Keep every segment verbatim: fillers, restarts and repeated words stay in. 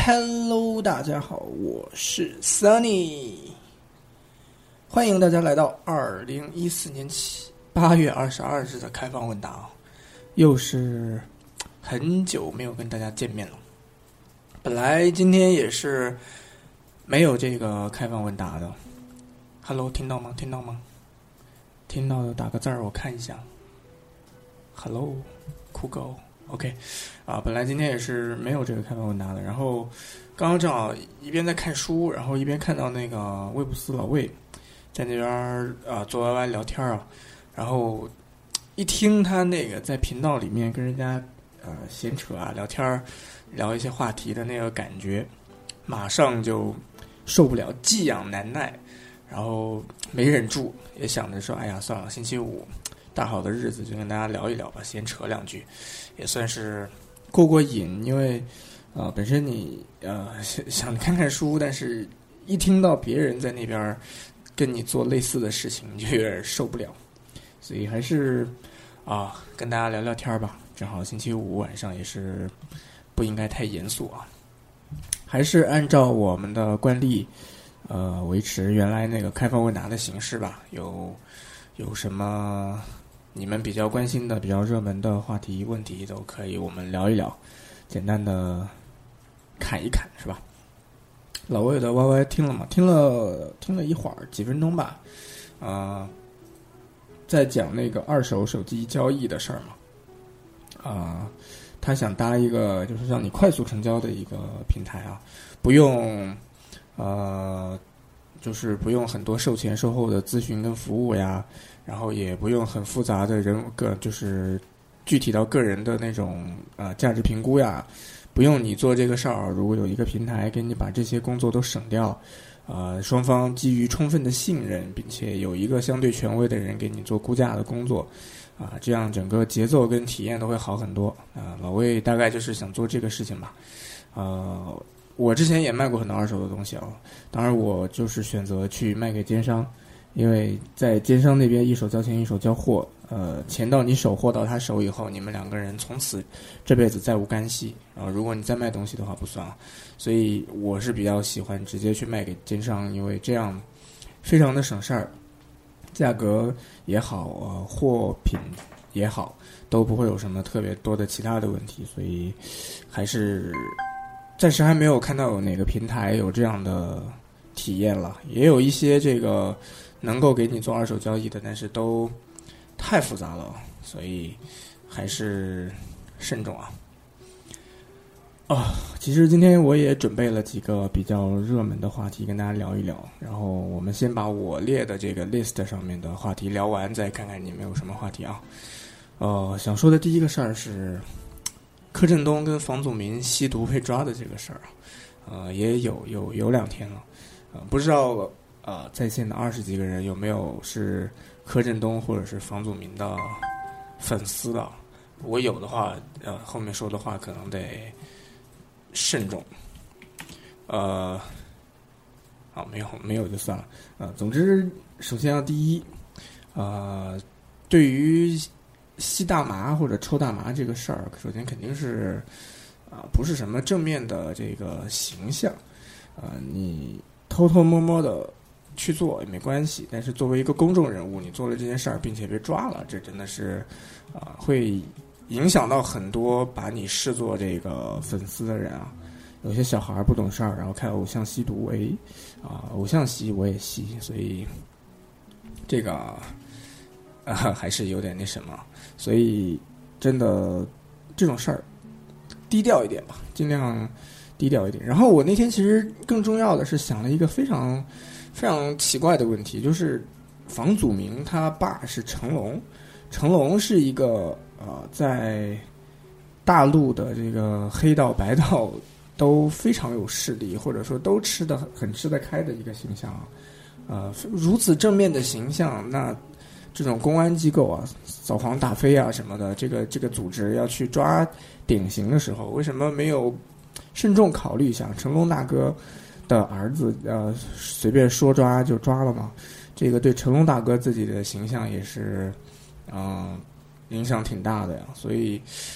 Hello， 大家好，我是 Sunny， 欢迎大家来到二零一四年起八月二十二日的开放问答啊，又是很久没有跟大家见面了。本来今天也是没有这个开放问答的。Hello， 听到吗？听到吗？听到的打个字儿，我看一下。Hello， 酷狗。OK， 啊，本来今天也是没有这个开放问答的，然后刚刚正好一边在看书，然后一边看到那个魏布斯老魏在那边啊做 Y Y 聊天啊，然后一听他那个在频道里面跟人家呃闲扯啊聊天，聊一些话题的那个感觉，马上就受不了，技痒难耐，然后没忍住，也想着说，哎呀，算了，星期五大好的日子就跟大家聊一聊吧，闲扯两句。也算是过过瘾，因为呃本身你呃想看看书，但是一听到别人在那边跟你做类似的事情，你就有点受不了，所以还是啊、呃、跟大家聊聊天吧。正好星期五晚上也是不应该太严肃啊，还是按照我们的惯例，呃维持原来那个开放问答的形式吧。有有什么你们比较关心的、比较热门的话题、问题都可以，我们聊一聊，简单的侃一侃，是吧？老魏的 Y Y 听了吗？听了，听了一会儿，几分钟吧。啊、呃，在讲那个二手手机交易的事儿嘛。啊、呃，他想搭一个就是让你快速成交的一个平台啊，不用呃，就是不用很多售前售后的咨询跟服务呀。然后也不用很复杂的人个，就是具体到个人的那种呃价值评估呀，不用你做这个事儿。如果有一个平台给你把这些工作都省掉，呃，双方基于充分的信任，并且有一个相对权威的人给你做估价的工作，啊、呃，这样整个节奏跟体验都会好很多啊、呃。老魏大概就是想做这个事情吧，呃，我之前也卖过很多二手的东西啊，当然我就是选择去卖给奸商。因为在奸商那边一手交钱一手交货，呃，钱到你手货到他手以后，你们两个人从此这辈子再无干系。然后如果你再卖东西的话不算啊，所以我是比较喜欢直接去卖给奸商，因为这样非常的省事儿，价格也好，呃，货品也好，都不会有什么特别多的其他的问题，所以还是暂时还没有看到有哪个平台有这样的体验了，也有一些这个能够给你做二手交易的，但是都太复杂了，所以还是慎重啊。哦，其实今天我也准备了几个比较热门的话题跟大家聊一聊，然后我们先把我列的这个 list 上面的话题聊完，再看看你们有什么话题啊。呃，想说的第一个事儿是柯震东跟房祖名吸毒被抓的这个事儿啊，呃，也有有有两天了，呃，不知道。呃，在线的二十几个人有没有是柯震东或者是房祖名的粉丝的？如果有的话，呃，后面说的话可能得慎重。呃，好，没有没有就算了。呃，总之，首先要第一，呃，对于吸大麻或者抽大麻这个事儿，首先肯定是啊、呃，不是什么正面的这个形象。呃，你偷偷摸摸的去做也没关系，但是作为一个公众人物，你做了这件事儿并且被抓了，这真的是啊、呃，会影响到很多把你视作这个粉丝的人啊。有些小孩不懂事儿，然后看偶像吸毒，哎，啊、呃，偶像吸我也吸，所以这个啊、呃、还是有点那什么，所以真的这种事儿低调一点吧，尽量低调一点。然后我那天其实更重要的是想了一个非常非常奇怪的问题，就是房祖名他爸是成龙，成龙是一个呃在大陆的这个黑道白道都非常有势力，或者说都吃得很吃得开的一个形象啊，呃如此正面的形象，那这种公安机构啊，扫黄打非啊什么的，这个这个组织要去抓典型的时候，为什么没有慎重考虑一下？成龙大哥的儿子呃随便说抓就抓了嘛，这个对成龙大哥自己的形象也是嗯、呃、影响挺大的呀，所以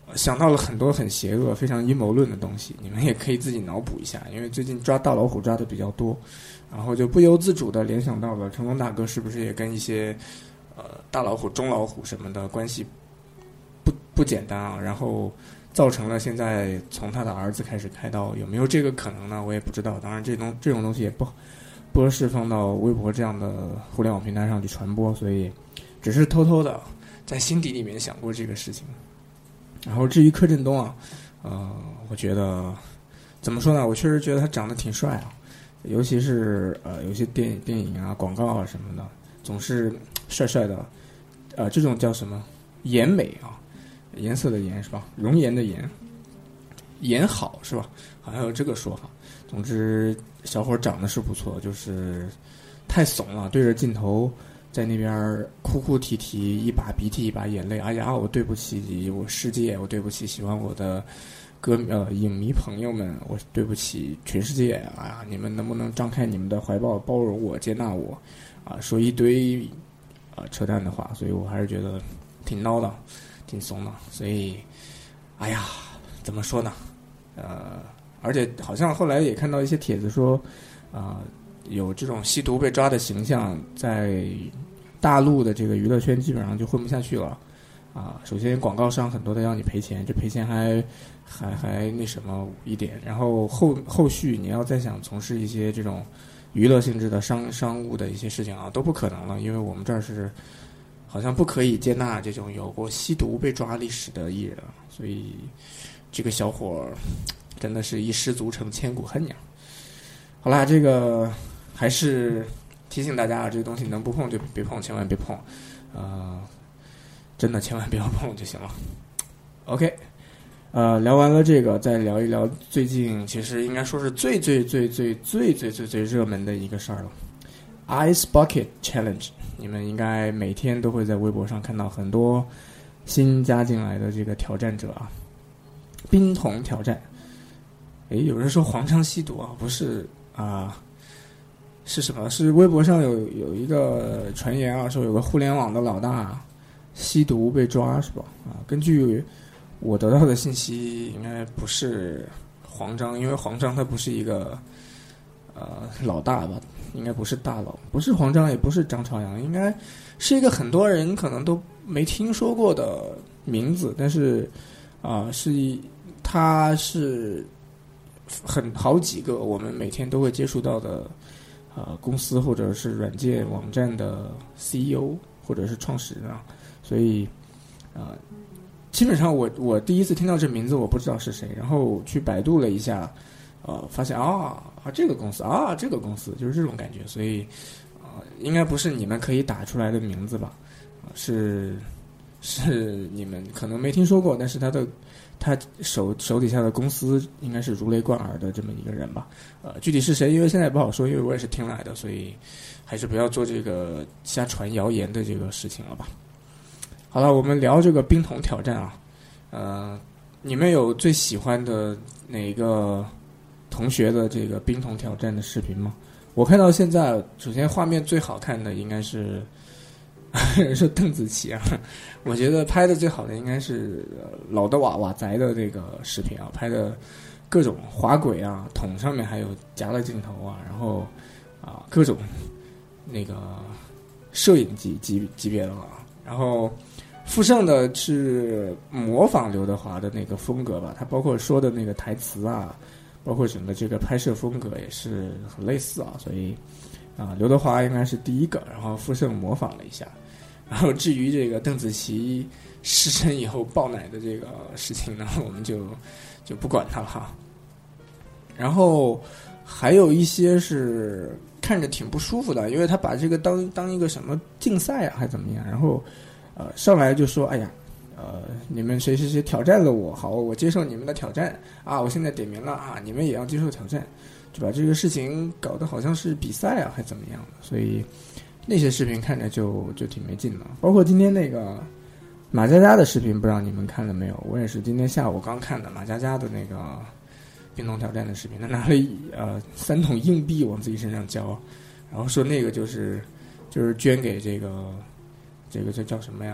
想到了很多很邪恶、非常阴谋论的东西，你们也可以自己脑补一下，因为最近抓大老虎抓的比较多，然后就不由自主的联想到了成龙大哥是不是也跟一些呃大老虎、中老虎什么的关系不不简单啊，然后造成了现在从他的儿子开始开刀，有没有这个可能呢？我也不知道。当然，这种这种东西也不不合适放到微博这样的互联网平台上去传播，所以只是偷偷的在心底里面想过这个事情。然后至于柯震东啊，呃，我觉得怎么说呢？我确实觉得他长得挺帅啊，尤其是呃有些电影电影啊、广告啊什么的，总是帅帅的，呃，这种叫什么颜美啊？颜色的颜是吧？容颜的颜，颜好是吧？好像有这个说法。总之，小伙长得是不错，就是太怂了，对着镜头在那边哭哭啼啼，一把鼻涕一把眼泪。哎呀，我对不起我世界，我对不起喜欢我的歌呃影迷朋友们，我对不起全世界。哎呀，你们能不能张开你们的怀抱，包容我，接纳我？啊，说一堆啊扯淡的话，所以我还是觉得挺孬的。挺怂的，所以，哎呀，怎么说呢？呃，而且好像后来也看到一些帖子说，啊、呃，有这种吸毒被抓的形象，在大陆的这个娱乐圈基本上就混不下去了。啊、呃，首先广告商很多的要你赔钱，这赔钱还还还那什么一点，然后后后续你要再想从事一些这种娱乐性质的商商务的一些事情啊，都不可能了，因为我们这儿是。好像不可以接纳这种有过吸毒被抓历史的艺人，所以这个小伙真的是一失足成千古恨呀。好啦，这个还是提醒大家啊，这个东西能不碰就别碰，千万别碰，呃，真的千万不要碰就行了。OK， 呃，聊完了这个，再聊一聊最近其实应该说是最最最最最最最最热门的一个事儿了 ，Ice Bucket Challenge。你们应该每天都会在微博上看到很多新加进来的这个挑战者啊，冰桶挑战。诶，有人说黄章吸毒啊，不是啊，是什么？是微博上有有一个传言啊，说有个互联网的老大吸毒被抓是吧？啊，根据我得到的信息，应该不是黄章，因为黄章他不是一个呃老大吧。应该不是大佬，不是黄章，也不是张朝阳，应该是一个很多人可能都没听说过的名字，但是啊、呃，是一，他是很好几个我们每天都会接触到的呃公司或者是软件网站的 C E O 或者是创始人啊，所以啊、呃，基本上我我第一次听到这名字我不知道是谁，然后去百度了一下。呃，发现啊啊这个公司啊这个公司就是这种感觉，所以啊、呃、应该不是你们可以打出来的名字吧？啊、呃、是是你们可能没听说过，但是他的他手手底下的公司应该是如雷贯耳的这么一个人吧？呃，具体是谁，因为现在也不好说，因为我也是听来的，所以还是不要做这个瞎传谣言的这个事情了吧？好了，我们聊这个冰桶挑战啊，呃，你们有最喜欢的哪个？同学的这个冰桶挑战的视频吗？我看到现在，首先画面最好看的应该是是邓紫棋啊，我觉得拍的最好的应该是老的瓦瓦宅的这个视频啊，拍的各种滑轨啊，桶上面还有夹了镜头啊，然后啊各种那个摄影级级级别的啊，然后傅盛的是模仿刘德华的那个风格吧，他包括说的那个台词啊。包括整个这个拍摄风格也是很类似啊，所以啊，刘德华应该是第一个，然后傅盛模仿了一下，然后至于这个邓紫棋失身以后爆奶的这个事情呢，我们就就不管它了哈。然后还有一些是看着挺不舒服的，因为他把这个当当一个什么竞赛啊，还怎么样，然后呃上来就说，哎呀。呃，你们谁谁谁挑战了我，好，我接受你们的挑战啊！我现在点名了啊，你们也要接受挑战，就把这个事情搞得好像是比赛啊，还怎么样的？所以那些视频看着就就挺没劲的。包括今天那个马佳佳的视频，不知道你们看了没有？我也是今天下午刚看的马佳佳的那个冰桶挑战的视频，他拿了呃三桶硬币往自己身上浇，然后说那个就是就是捐给这个这个这叫什么呀？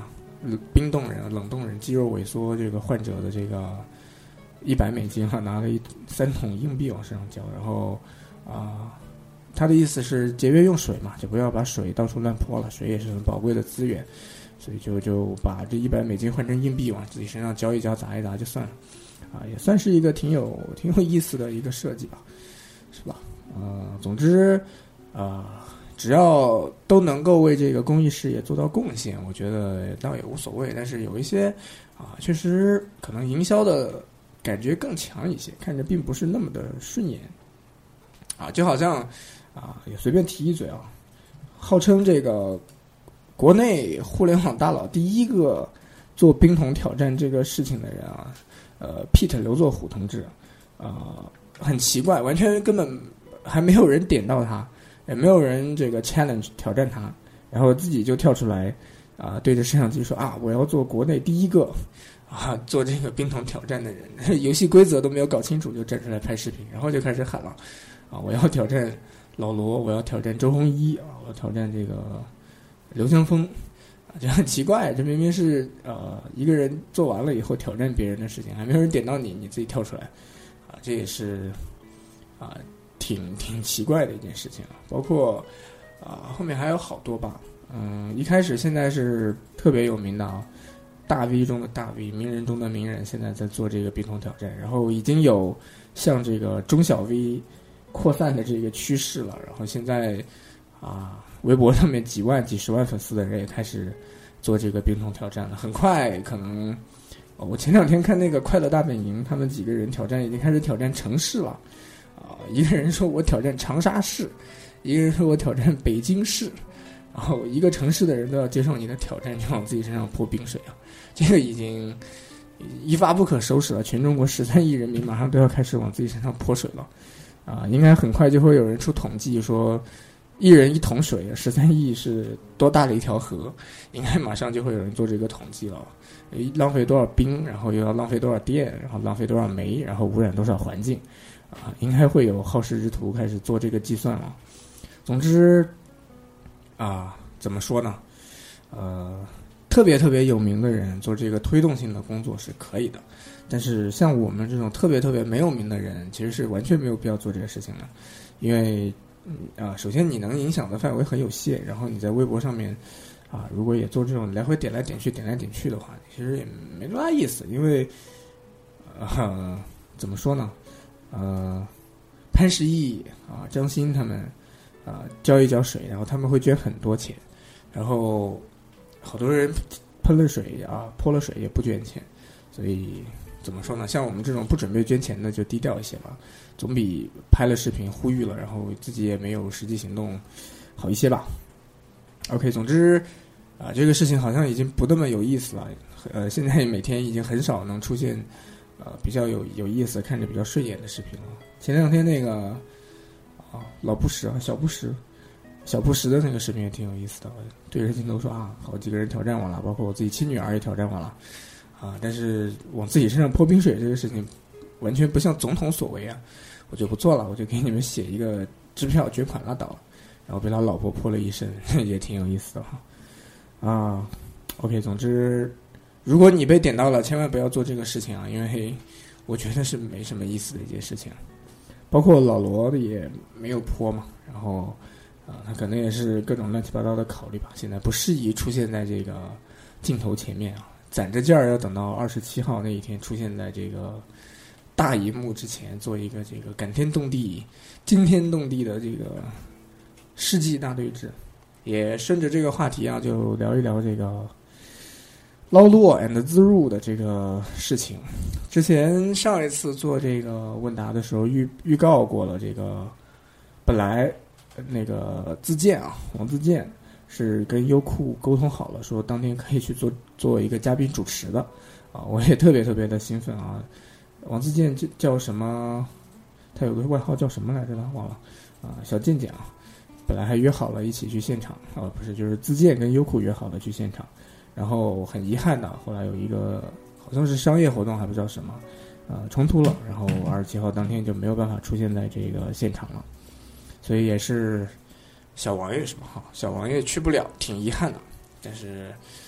冰冻人、冷冻人、肌肉萎缩这个患者的这个一百美金啊，拿了一三桶硬币往身上浇，然后啊、呃，他的意思是节约用水嘛，就不要把水到处乱泼了，水也是很宝贵的资源，所以就就把这一百美金换成硬币往自己身上浇一浇、砸一砸就算了，啊，也算是一个挺有挺有意思的一个设计吧，是吧？呃，总之，呃。只要都能够为这个公益事业做到贡献，我觉得倒也无所谓。但是有一些啊，确实可能营销的感觉更强一些，看着并不是那么的顺眼啊。就好像啊，也随便提一嘴啊，号称这个国内互联网大佬第一个做冰桶挑战这个事情的人啊，呃 ，Pete 刘作虎同志啊，很奇怪，完全根本还没有人点到他。也没有人这个 challenge 挑战他，然后自己就跳出来啊、呃，对着摄像机说啊，我要做国内第一个啊做这个冰桶挑战的人，游戏规则都没有搞清楚就站出来拍视频，然后就开始喊了啊，我要挑战老罗，我要挑战周鸿祎啊，我要挑战这个刘强峰啊，就很奇怪，这明明是呃一个人做完了以后挑战别人的事情，还没有人点到你，你自己跳出来啊，这也是啊。挺挺奇怪的一件事情啊，包括啊、呃、后面还有好多吧，嗯，一开始现在是特别有名的啊，大 V 中的大 V， 名人中的名人，现在在做这个冰桶挑战，然后已经有向这个中小 V 扩散的这个趋势了，然后现在啊微博上面几万几十万粉丝的人也开始做这个冰桶挑战了，很快可能、哦、我前两天看那个快乐大本营，他们几个人挑战已经开始挑战城市了。啊，一个人说我挑战长沙市，一个人说我挑战北京市，然后一个城市的人都要接受你的挑战，就往自己身上泼冰水啊！这个已经一发不可收拾了，全中国十三亿人民马上都要开始往自己身上泼水了啊！应该很快就会有人出统计说，一人一桶水，十三亿是多大的一条河？应该马上就会有人做这个统计了，浪费多少冰，然后又要浪费多少电，然后浪费多少煤，然后污染多少环境。啊，应该会有好事之徒开始做这个计算了。总之，啊，怎么说呢？呃，特别特别有名的人做这个推动性的工作是可以的，但是像我们这种特别特别没有名的人，其实是完全没有必要做这个事情的，因为啊，首先你能影响的范围很有限，然后你在微博上面啊，如果也做这种来回点来点去、点来点去的话，其实也没多大意思，因为呃，怎么说呢？呃，潘石屹啊、张欣他们啊浇一浇水，然后他们会捐很多钱，然后好多人喷了水啊泼了水也不捐钱，所以怎么说呢？像我们这种不准备捐钱的就低调一些吧，总比拍了视频呼吁了，然后自己也没有实际行动好一些吧。OK， 总之啊，这个事情好像已经不那么有意思了。呃，现在每天已经很少能出现。呃，比较有有意思，看着比较顺眼的视频了。前两天那个啊，老布什啊，小布什，小布什的那个视频也挺有意思的。对着镜头说啊，好几个人挑战我了，包括我自己亲女儿也挑战我了啊。但是往自己身上泼冰水这个事情，完全不像总统所为啊，我就不做了，我就给你们写一个支票捐款拉倒了。然后被他老婆泼了一身，也挺有意思的哈。啊 ，OK， 总之。如果你被点到了，千万不要做这个事情啊，因为我觉得是没什么意思的一件事情。包括老罗也没有泼嘛，然后啊、呃，他可能也是各种乱七八糟的考虑吧，现在不适宜出现在这个镜头前面啊，攒着劲儿要等到二十七号那一天出现在这个大荧幕之前，做一个这个感天动地、惊天动地的这个世纪大对峙。也顺着这个话题啊，就聊一聊这个。捞落 and 自入的这个事情，之前上一次做这个问答的时候预预告过了，这个本来那个自荐啊，王自荐是跟优酷沟通好了，说当天可以去做做一个嘉宾主持的啊，我也特别特别的兴奋啊。王自荐叫什么？他有个外号叫什么来着呢？忘了啊，小健健啊，本来还约好了一起去现场啊，不是，就是自荐跟优酷约好了去现场。然后很遗憾的，后来有一个好像是商业活动，还不知道什么，呃，冲突了。然后二十七号当天就没有办法出现在这个现场了，所以也是小王爷是吧？哈，小王爷去不了，挺遗憾的。但是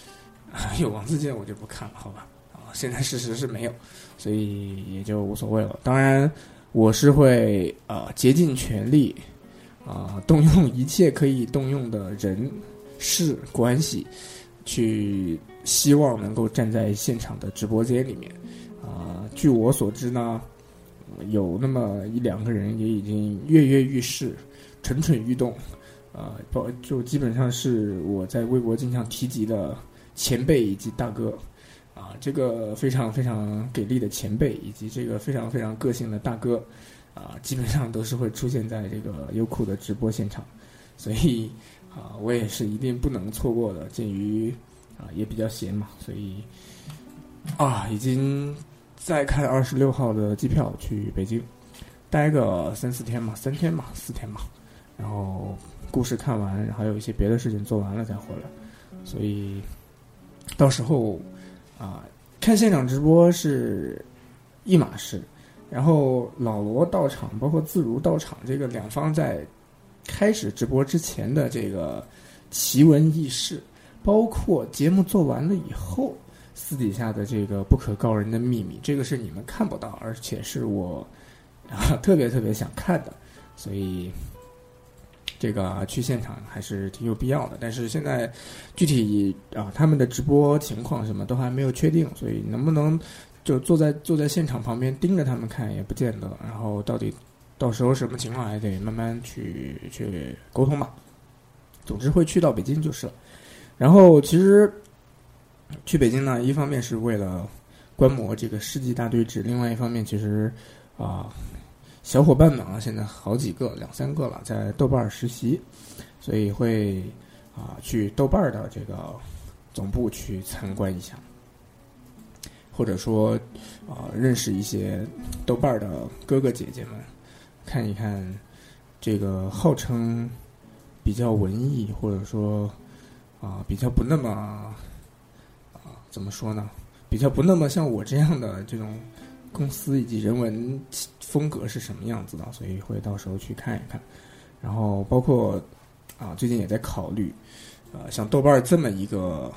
有王自健我就不看了，好吧？啊，现在事实是没有，所以也就无所谓了。当然，我是会啊、呃、竭尽全力啊、呃，动用一切可以动用的人事关系，去希望能够站在现场的直播间里面。啊、呃，据我所知呢，有那么一两个人也已经跃跃欲试，蠢蠢欲动。啊、呃，就基本上是我在微博经常提及的前辈以及大哥，啊，这个非常非常给力的前辈以及这个非常非常个性的大哥，啊，基本上都是会出现在这个优酷的直播现场，所以啊，我也是一定不能错过的。鉴于啊也比较闲嘛，所以啊已经再看二十六号的机票去北京，待个三四天嘛，三天嘛，四天嘛，然后故事看完，还有一些别的事情做完了再回来，所以到时候啊，看现场直播是一码事，然后老罗到场，包括自如到场，这个两方在开始直播之前的这个奇闻异事，包括节目做完了以后私底下的这个不可告人的秘密，这个是你们看不到，而且是我啊特别特别想看的，所以这个、啊、去现场还是挺有必要的。但是现在具体啊他们的直播情况什么都还没有确定，所以能不能就坐在坐在现场旁边盯着他们看也不见得，然后到底到时候什么情况还得慢慢去去沟通吧。总之会去到北京就是了。然后其实去北京呢，一方面是为了观摩这个世纪大对峙，另外一方面其实啊小伙伴们啊现在好几个两三个了，在豆瓣实习，所以会啊去豆瓣的这个总部去参观一下，或者说啊认识一些豆瓣的哥哥姐姐们，看一看这个号称比较文艺，或者说啊比较不那么啊怎么说呢，比较不那么像我这样的这种公司以及人文风格是什么样子的，所以会到时候去看一看。然后包括啊最近也在考虑呃像豆瓣这么一个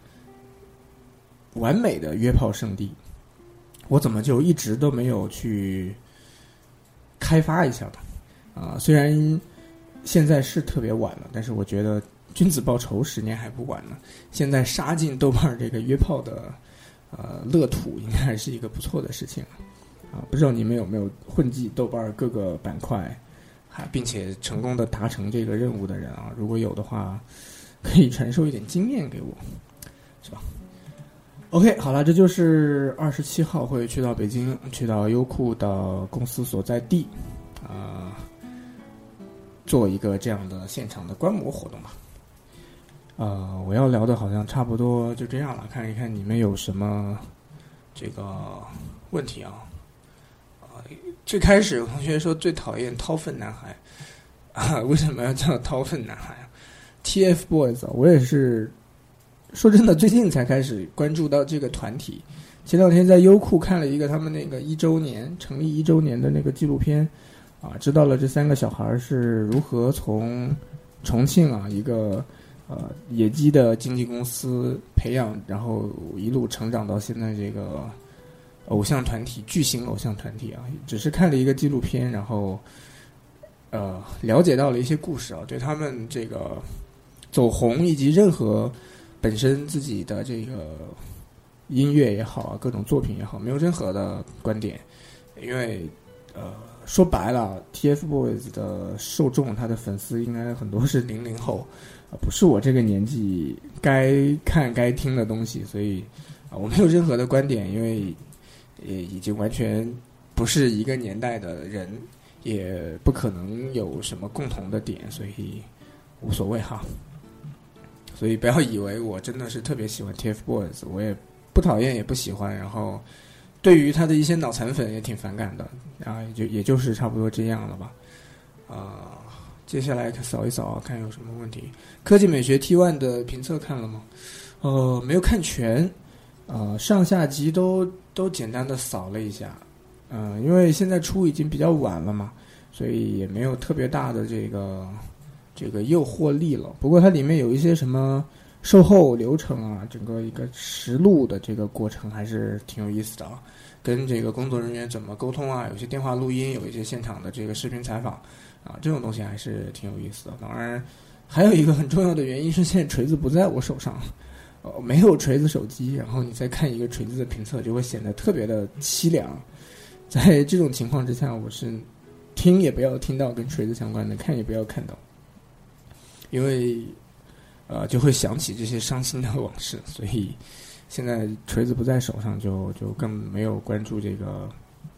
完美的约炮圣地，我怎么就一直都没有去开发一下呢？啊、呃，虽然现在是特别晚了，但是我觉得君子报仇十年还不晚呢。现在杀进豆瓣这个约炮的呃乐土，应该还是一个不错的事情啊。不知道你们有没有混迹豆瓣各个板块，还并且成功的达成这个任务的人啊？如果有的话，可以传授一点经验给我，是吧？OK， 好了，这就是二十七号会去到北京，去到优酷的公司所在地，啊、呃，做一个这样的现场的观摩活动吧。呃，我要聊的好像差不多就这样了，看一看你们有什么这个问题啊？啊、呃，最开始有同学说最讨厌掏粪男孩啊，为什么要叫掏粪男孩啊 ？T F Boys， 我也是。说真的，最近才开始关注到这个团体。前两天在优酷看了一个他们那个一周年成立一周年的那个纪录片，啊，知道了这三个小孩是如何从重庆啊一个呃野鸡的经纪公司培养，然后一路成长到现在这个偶像团体巨型偶像团体啊。只是看了一个纪录片，然后呃了解到了一些故事啊，对他们这个走红以及任何本身自己的这个音乐也好啊，各种作品也好，没有任何的观点，因为呃说白了 ，T F Boys 的受众，他的粉丝应该很多是零零后，啊、呃，不是我这个年纪该看该听的东西，所以啊、呃，我没有任何的观点，因为也已经完全不是一个年代的人，也不可能有什么共同的点，所以无所谓哈。所以不要以为我真的是特别喜欢 T F Boys， 我也不讨厌也不喜欢，然后对于他的一些脑残粉也挺反感的，然后也就也就是差不多这样了吧。啊、呃，接下来扫一扫看有什么问题。科技美学 T 一 的评测看了吗？呃，没有看全，呃，上下集都都简单的扫了一下，嗯、呃，因为现在出已经比较晚了嘛，所以也没有特别大的这个。这个诱惑力了，不过它里面有一些什么售后流程啊，整个一个实录的这个过程还是挺有意思的啊。跟这个工作人员怎么沟通啊，有些电话录音，有一些现场的这个视频采访啊，这种东西还是挺有意思的。当然还有一个很重要的原因是现在锤子不在我手上，呃，没有锤子手机，然后你再看一个锤子的评测就会显得特别的凄凉。在这种情况之下，我是听也不要听到跟锤子相关的，看也不要看到，因为呃就会想起这些伤心的往事，所以现在锤子不在手上就，就就更没有关注这个，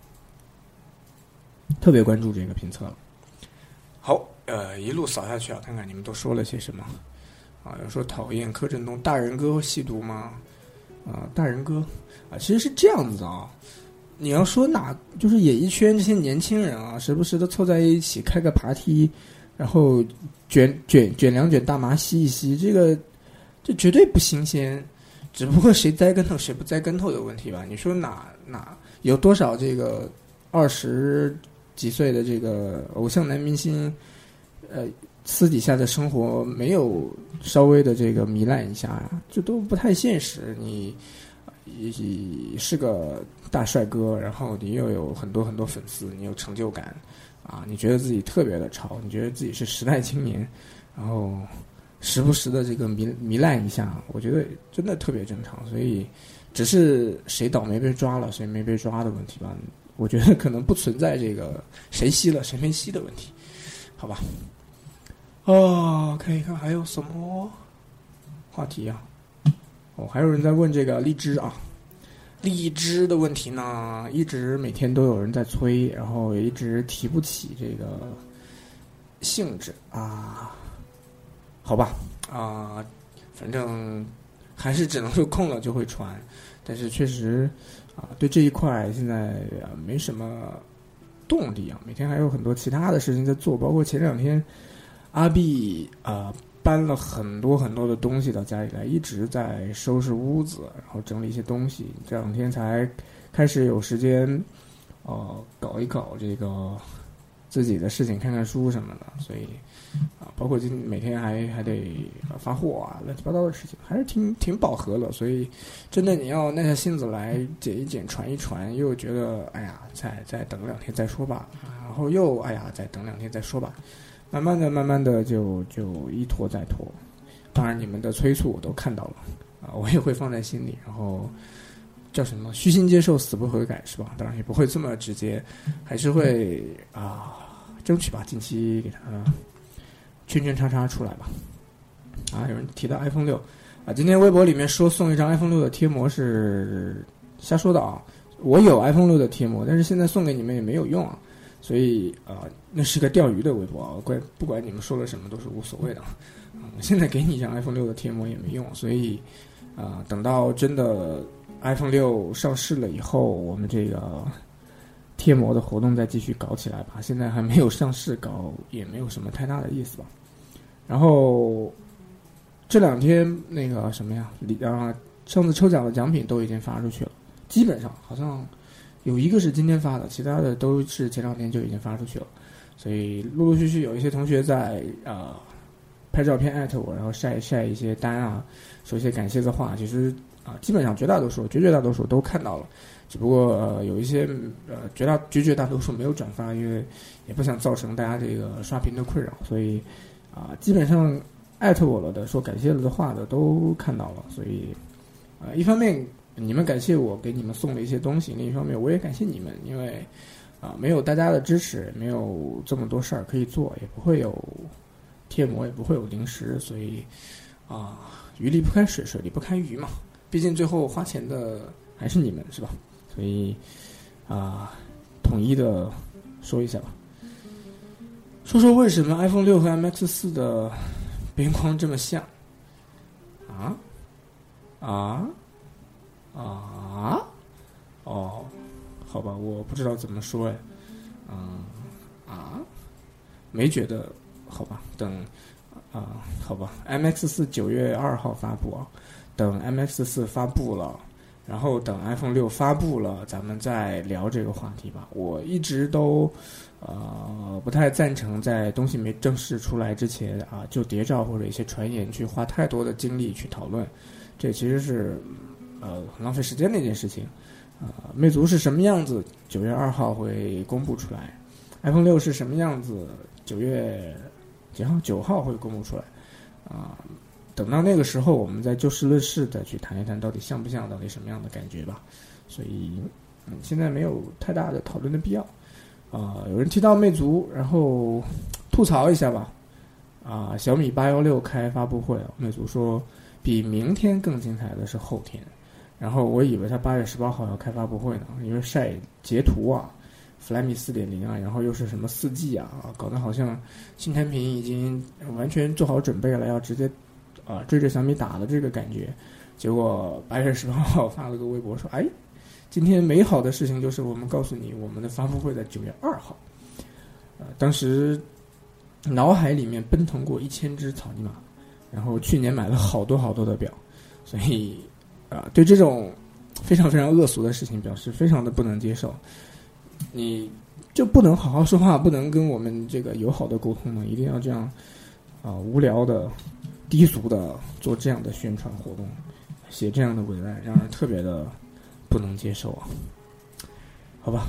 特别关注这个评测了。好，呃，一路扫下去啊，看看你们都说了些什么啊？有说讨厌柯震东大人哥吸毒吗？啊，大人哥啊，其实是这样子的啊。你要说哪，就是演艺圈这些年轻人啊，时不时的凑在一起开个爬梯，然后卷卷卷两卷大麻吸一吸，这个这绝对不新鲜。只不过谁栽跟头谁不栽跟头的问题吧。你说哪哪有多少这个二十几岁的这个偶像男明星，呃，私底下的生活没有稍微的这个糜烂一下呀、啊？这都不太现实。你你是个大帅哥，然后你又有很多很多粉丝，你有成就感啊，你觉得自己特别的潮，你觉得自己是时代青年，然后时不时的这个糜糜烂一下，我觉得真的特别正常。所以只是谁倒霉被抓了谁没被抓的问题吧，我觉得可能不存在这个谁吸了谁没吸的问题，好吧。哦，看一看还有什么话题啊。哦，还有人在问这个荔枝啊，荔枝的问题呢，一直每天都有人在催，然后也一直提不起这个兴致啊。好吧，啊，反正还是只能说空了就会传，但是确实啊，对这一块现在啊没什么动力啊，每天还有很多其他的事情在做，包括前两天阿碧啊。搬了很多很多的东西到家里来，一直在收拾屋子，然后整理一些东西。这两天才开始有时间，呃，搞一搞这个自己的事情，看看书什么的。所以啊，包括今每天还还得发货啊，乱七八糟的事情，还是挺挺饱和了。所以真的你要耐下心子来剪一剪、传一传，又觉得哎呀，再再等两天再说吧，然后又哎呀，再等两天再说吧。慢慢的慢慢的就就一拖再拖，当然你们的催促我都看到了啊，我也会放在心里，然后叫什么虚心接受死不悔改是吧？当然也不会这么直接，还是会啊争取吧，近期给他圈圈叉叉出来吧。啊，有人提到 iPhone 六啊，今天微博里面说送一张 iPhone 六的贴膜是瞎说的啊，我有 iPhone 六的贴膜，但是现在送给你们也没有用啊。所以啊、呃，那是个钓鱼的微博啊，怪不管你们说了什么都是无所谓的啊。现在给你一张 iPhone 六的贴膜也没用，所以啊、呃，等到真的 iPhone 六上市了以后，我们这个贴膜的活动再继续搞起来吧。现在还没有上市，搞也没有什么太大的意思吧。然后这两天那个什么呀，啊，上次抽奖的奖品都已经发出去了，基本上好像。有一个是今天发的，其他的都是前两天就已经发出去了，所以陆陆续续有一些同学在呃拍照片艾特我，然后晒晒一些单啊，说一些感谢的话。其实啊、呃，基本上绝大多数、绝绝大多数都看到了，只不过、呃、有一些呃绝大绝绝大多数没有转发，因为也不想造成大家这个刷屏的困扰，所以啊、呃，基本上艾特我了的、说感谢了的话的都看到了，所以啊、呃，一方面。你们感谢我给你们送了一些东西，另一方面我也感谢你们，因为啊、呃、没有大家的支持，没有这么多事儿可以做，也不会有贴膜，也不会有零食，所以啊、呃、鱼离不开水，水离不开鱼嘛，毕竟最后花钱的还是你们，是吧？所以啊、呃、统一的说一下吧，说说为什么 iPhone 六和 M X 四的边框这么像啊啊啊，哦，好吧，我不知道怎么说哎，嗯啊，没觉得，好吧，等啊，好吧 ，M X 四九月二号发布啊，等 M X 四发布了， 然后等 iPhone 六发布了，咱们再聊这个话题吧。我一直都呃不太赞成在东西没正式出来之前啊，就谍照或者一些传言去花太多的精力去讨论，这其实是呃很浪费时间的一件事情。呃，魅族是什么样子，九月二号会公布出来 ；iPhone 六是什么样子，九月几号？九号会公布出来啊。呃等到那个时候，我们再就事论事的去谈一谈，到底像不像，到底什么样的感觉吧。所以，嗯，现在没有太大的讨论的必要。啊、呃，有人提到魅族，然后吐槽一下吧。啊、呃，小米八幺六开发布会，魅族说比明天更精彩的是后天。然后我以为他八月十八号要开发布会呢，因为晒截图啊 ，Flyme 四点零啊，然后又是什么四 G 啊，搞得好像新产品已经完全做好准备了，要直接。啊，追着小米打的这个感觉，结果八月十八号发了个微博说：“哎，今天美好的事情就是我们告诉你，我们的发布会在九月二号。”呃，当时脑海里面奔腾过一千只草泥马，然后去年买了好多好多的表，所以啊、呃，对这种非常非常恶俗的事情表示非常的不能接受。你就不能好好说话，不能跟我们这个友好的沟通吗？一定要这样啊、呃，无聊的。低俗的做这样的宣传活动，写这样的文案，让人特别的不能接受啊。好吧，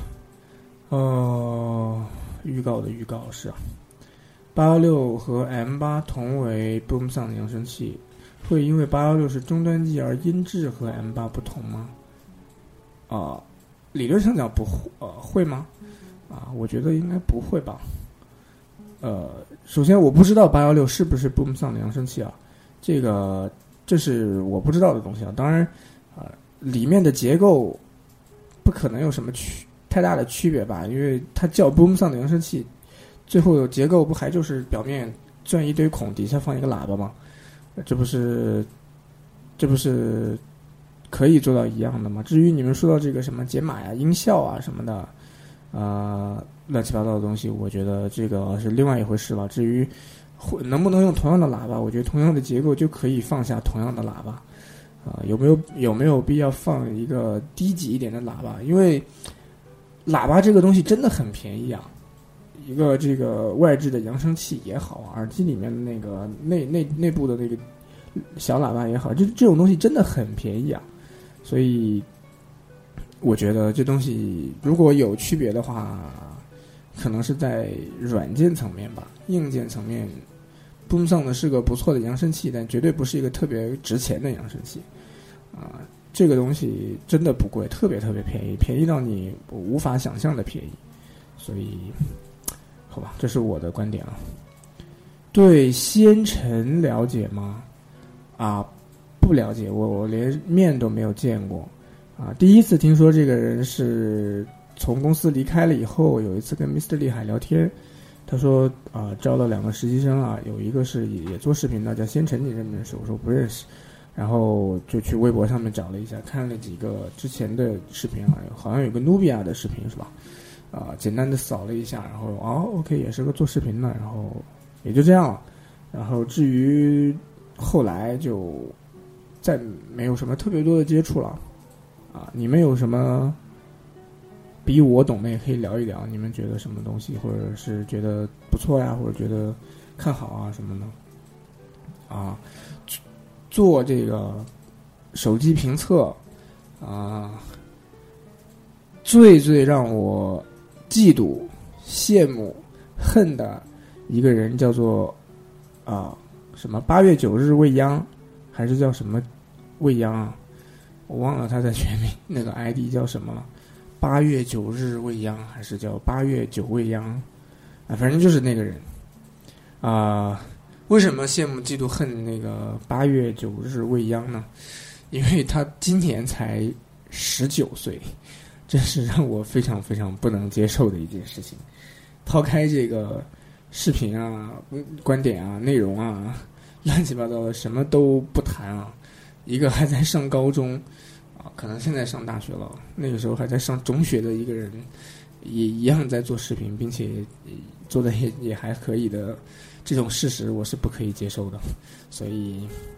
呃，预告的预告是啊，八幺六和 M 八同为 Boomsound 扬声器，会因为八幺六是终端机而音质和 M 八不同吗？啊、呃，理论上讲不会，呃，会吗？啊、呃，我觉得应该不会吧。呃，首先我不知道八幺六是不是 Boomsound 的扬声器啊，这个这是我不知道的东西啊。当然，啊、呃，里面的结构不可能有什么区太大的区别吧，因为它叫 Boomsound 的扬声器，最后有结构不还就是表面钻一堆孔，底下放一个喇叭吗？这不是这不是可以做到一样的吗？至于你们说到这个什么解码呀、音效啊什么的，呃。乱七八糟的东西，我觉得这个是另外一回事了。至于会能不能用同样的喇叭，我觉得同样的结构就可以放下同样的喇叭。啊、呃，有没有有没有必要放一个低级一点的喇叭？因为喇叭这个东西真的很便宜啊，一个这个外置的扬声器也好，耳机里面的那个内内内部的那个小喇叭也好，这这种东西真的很便宜啊，所以我觉得这东西如果有区别的话。可能是在软件层面吧，硬件层面 ，Boomsound 是个不错的扬声器，但绝对不是一个特别值钱的扬声器，啊、呃，这个东西真的不贵，特别特别便宜，便宜到你无法想象的便宜，所以，好吧，这是我的观点啊。对仙尘了解吗？啊，不了解，我我连面都没有见过，啊，第一次听说这个人是。从公司离开了以后，有一次跟 mister 厉害聊天，他说啊、呃，招了两个实习生啊，有一个是也做视频的，叫仙尘，你认不认识？我说不认识，然后就去微博上面找了一下，看了几个之前的视频啊，好像有个 Nubia 的视频是吧？啊、呃，简单的扫了一下，然后哦 ，OK， 也是个做视频的，然后也就这样了。然后至于后来就再没有什么特别多的接触了啊，你们有什么？比我懂的也可以聊一聊，你们觉得什么东西，或者是觉得不错呀，或者觉得看好啊什么的啊？做这个手机评测啊，最最让我嫉妒、羡慕、恨的一个人叫做啊什么八月九日未央，还是叫什么未央啊？我忘了他的全名，那个 I D 叫什么了。八月九日未央，还是叫八月九未央啊？反正就是那个人啊、呃。为什么羡慕嫉妒恨那个八月九日未央呢？因为他今年才十九岁，这是让我非常非常不能接受的一件事情。抛开这个视频啊、观点啊、内容啊，乱七八糟的什么都不谈啊，一个还在上高中。可能现在上大学了，那个时候还在上中学的一个人，也一样在做视频，并且做的也也还可以的，这种事实我是不可以接受的。所以，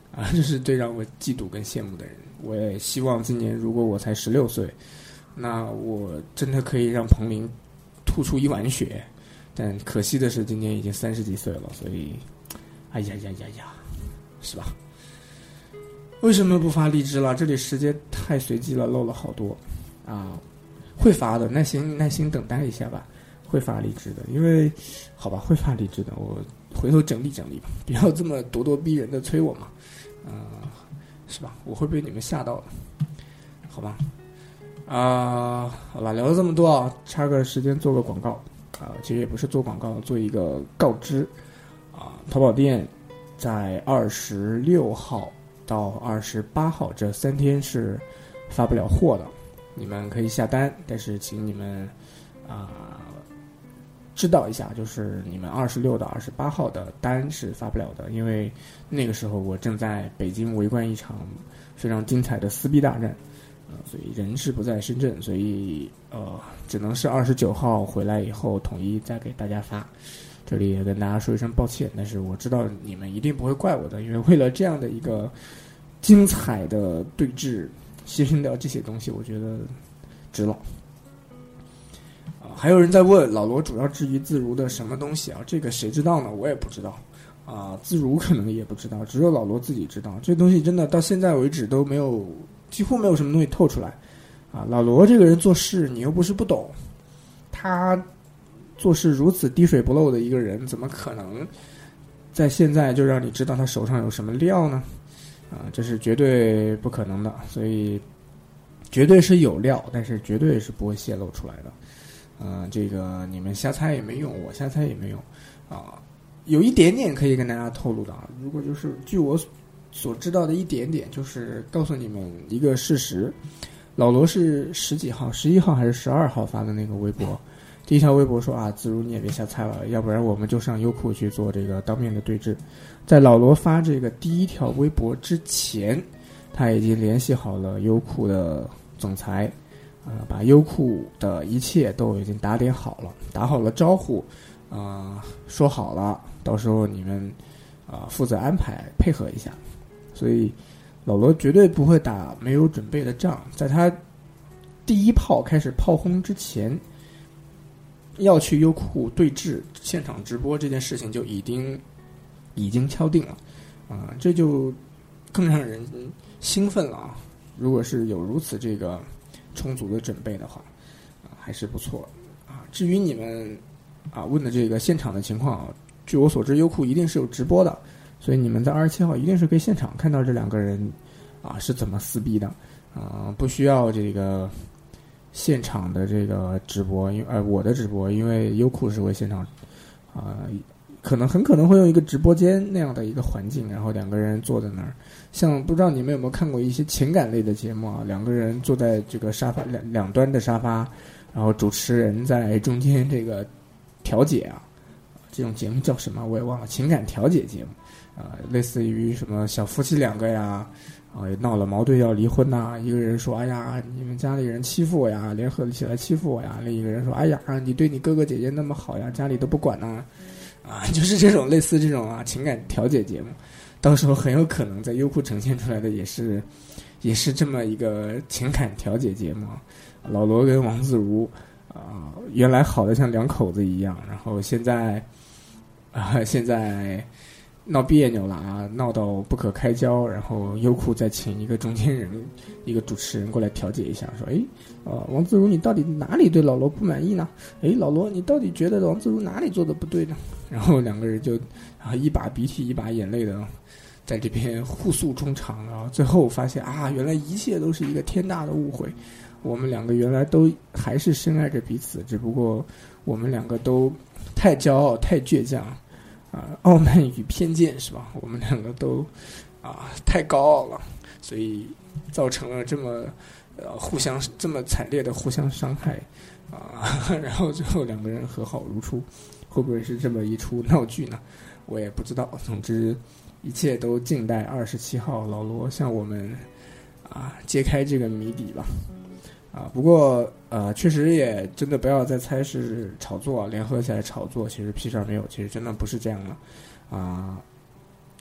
啊，这是最让我嫉妒跟羡慕的人。我也希望今年如果我才十六岁，那我真的可以让彭羚吐出一碗血。但可惜的是，今年已经三十几岁了，所以，哎呀呀呀呀，是吧？为什么不发荔枝了？这里时间太随机了，漏了好多啊！会发的，耐心耐心等待一下吧，会发荔枝的。因为，好吧，会发荔枝的，我回头整理整理吧，不要这么咄咄逼人的催我嘛，啊、呃，是吧？我会被你们吓到的，好吧？啊、呃，好了，聊了这么多啊，插个时间做个广告。啊，其实也不是做广告，做一个告知啊。淘宝店在二十六号到二十八号这三天是发不了货的，你们可以下单，但是请你们啊知道一下，就是你们二十六到二十八号的单是发不了的，因为那个时候我正在北京围观一场非常精彩的撕逼大战。呃，所以人是不在深圳，所以呃，只能是二十九号回来以后统一再给大家发。这里也跟大家说一声抱歉，但是我知道你们一定不会怪我的，因为为了这样的一个精彩的对峙，牺牲掉这些东西，我觉得值了。啊、呃，还有人在问老罗主要质疑自如的什么东西啊？这个谁知道呢？我也不知道啊、呃，自如可能也不知道，只有老罗自己知道。这东西真的到现在为止都没有。几乎没有什么东西透出来，啊，老罗这个人做事你又不是不懂，他做事如此滴水不漏的一个人，怎么可能在现在就让你知道他手上有什么料呢？啊，这是绝对不可能的，所以绝对是有料，但是绝对是不会泄露出来的。呃，这个你们瞎猜也没用，我瞎猜也没用啊。有一点点可以跟大家透露的啊，如果就是据我所知道的一点点，就是告诉你们一个事实：老罗是十几号、十一号还是十二号发的那个微博？第一条微博说啊，自如你也别瞎猜了，要不然我们就上优酷去做这个当面的对峙。在老罗发这个第一条微博之前，他已经联系好了优酷的总裁，呃，把优酷的一切都已经打点好了，打好了招呼，呃，说好了，到时候你们啊、呃、负责安排配合一下。所以老罗绝对不会打没有准备的仗，在他第一炮开始炮轰之前，要去优酷对峙现场直播这件事情就已经已经敲定了啊、呃，这就更让人兴奋了啊！如果是有如此这个充足的准备的话，啊、呃，还是不错啊。至于你们啊问的这个现场的情况啊，据我所知，优酷一定是有直播的。所以你们在二十七号一定是可以现场看到这两个人啊是怎么撕逼的啊，不需要这个现场的这个直播，因为呃我的直播，因为优酷是会现场啊，可能很可能会用一个直播间那样的一个环境，然后两个人坐在那儿，像不知道你们有没有看过一些情感类的节目啊，两个人坐在这个沙发两两端的沙发，然后主持人在中间这个调解啊，这种节目叫什么我也忘了，情感调解节目。啊、呃，类似于什么小夫妻两个呀，啊、呃，闹了矛盾要离婚呐、啊，一个人说：“哎呀，你们家里人欺负我呀，联合起来欺负我呀。”另一个人说：“哎呀，你对你哥哥姐姐那么好呀，家里都不管呐、啊。”啊，就是这种类似这种啊情感调解节目，到时候很有可能在优酷呈现出来的也是，也是这么一个情感调解节目。老罗跟王自如啊、呃，原来好的像两口子一样，然后现在啊、呃，现在。闹别扭了啊，闹到不可开交，然后优酷再请一个中间人，一个主持人过来调解一下，说，哎，呃，王自如你到底哪里对老罗不满意呢？哎，老罗你到底觉得王自如哪里做的不对呢？然后两个人就啊一把鼻涕一把眼泪的在这边互诉衷肠，然后最后发现啊，原来一切都是一个天大的误会，我们两个原来都还是深爱着彼此，只不过我们两个都太骄傲太倔强。啊，傲慢与偏见是吧？我们两个都啊太高傲了，所以造成了这么呃互相这么惨烈的互相伤害啊，然后最后两个人和好如初，会不会是这么一出闹剧呢？我也不知道。总之，一切都静待二十七号老罗向我们啊揭开这个谜底吧。啊，不过呃，确实也真的不要再猜是炒作，联合起来炒作，其实屁事儿没有，其实真的不是这样的，啊、呃，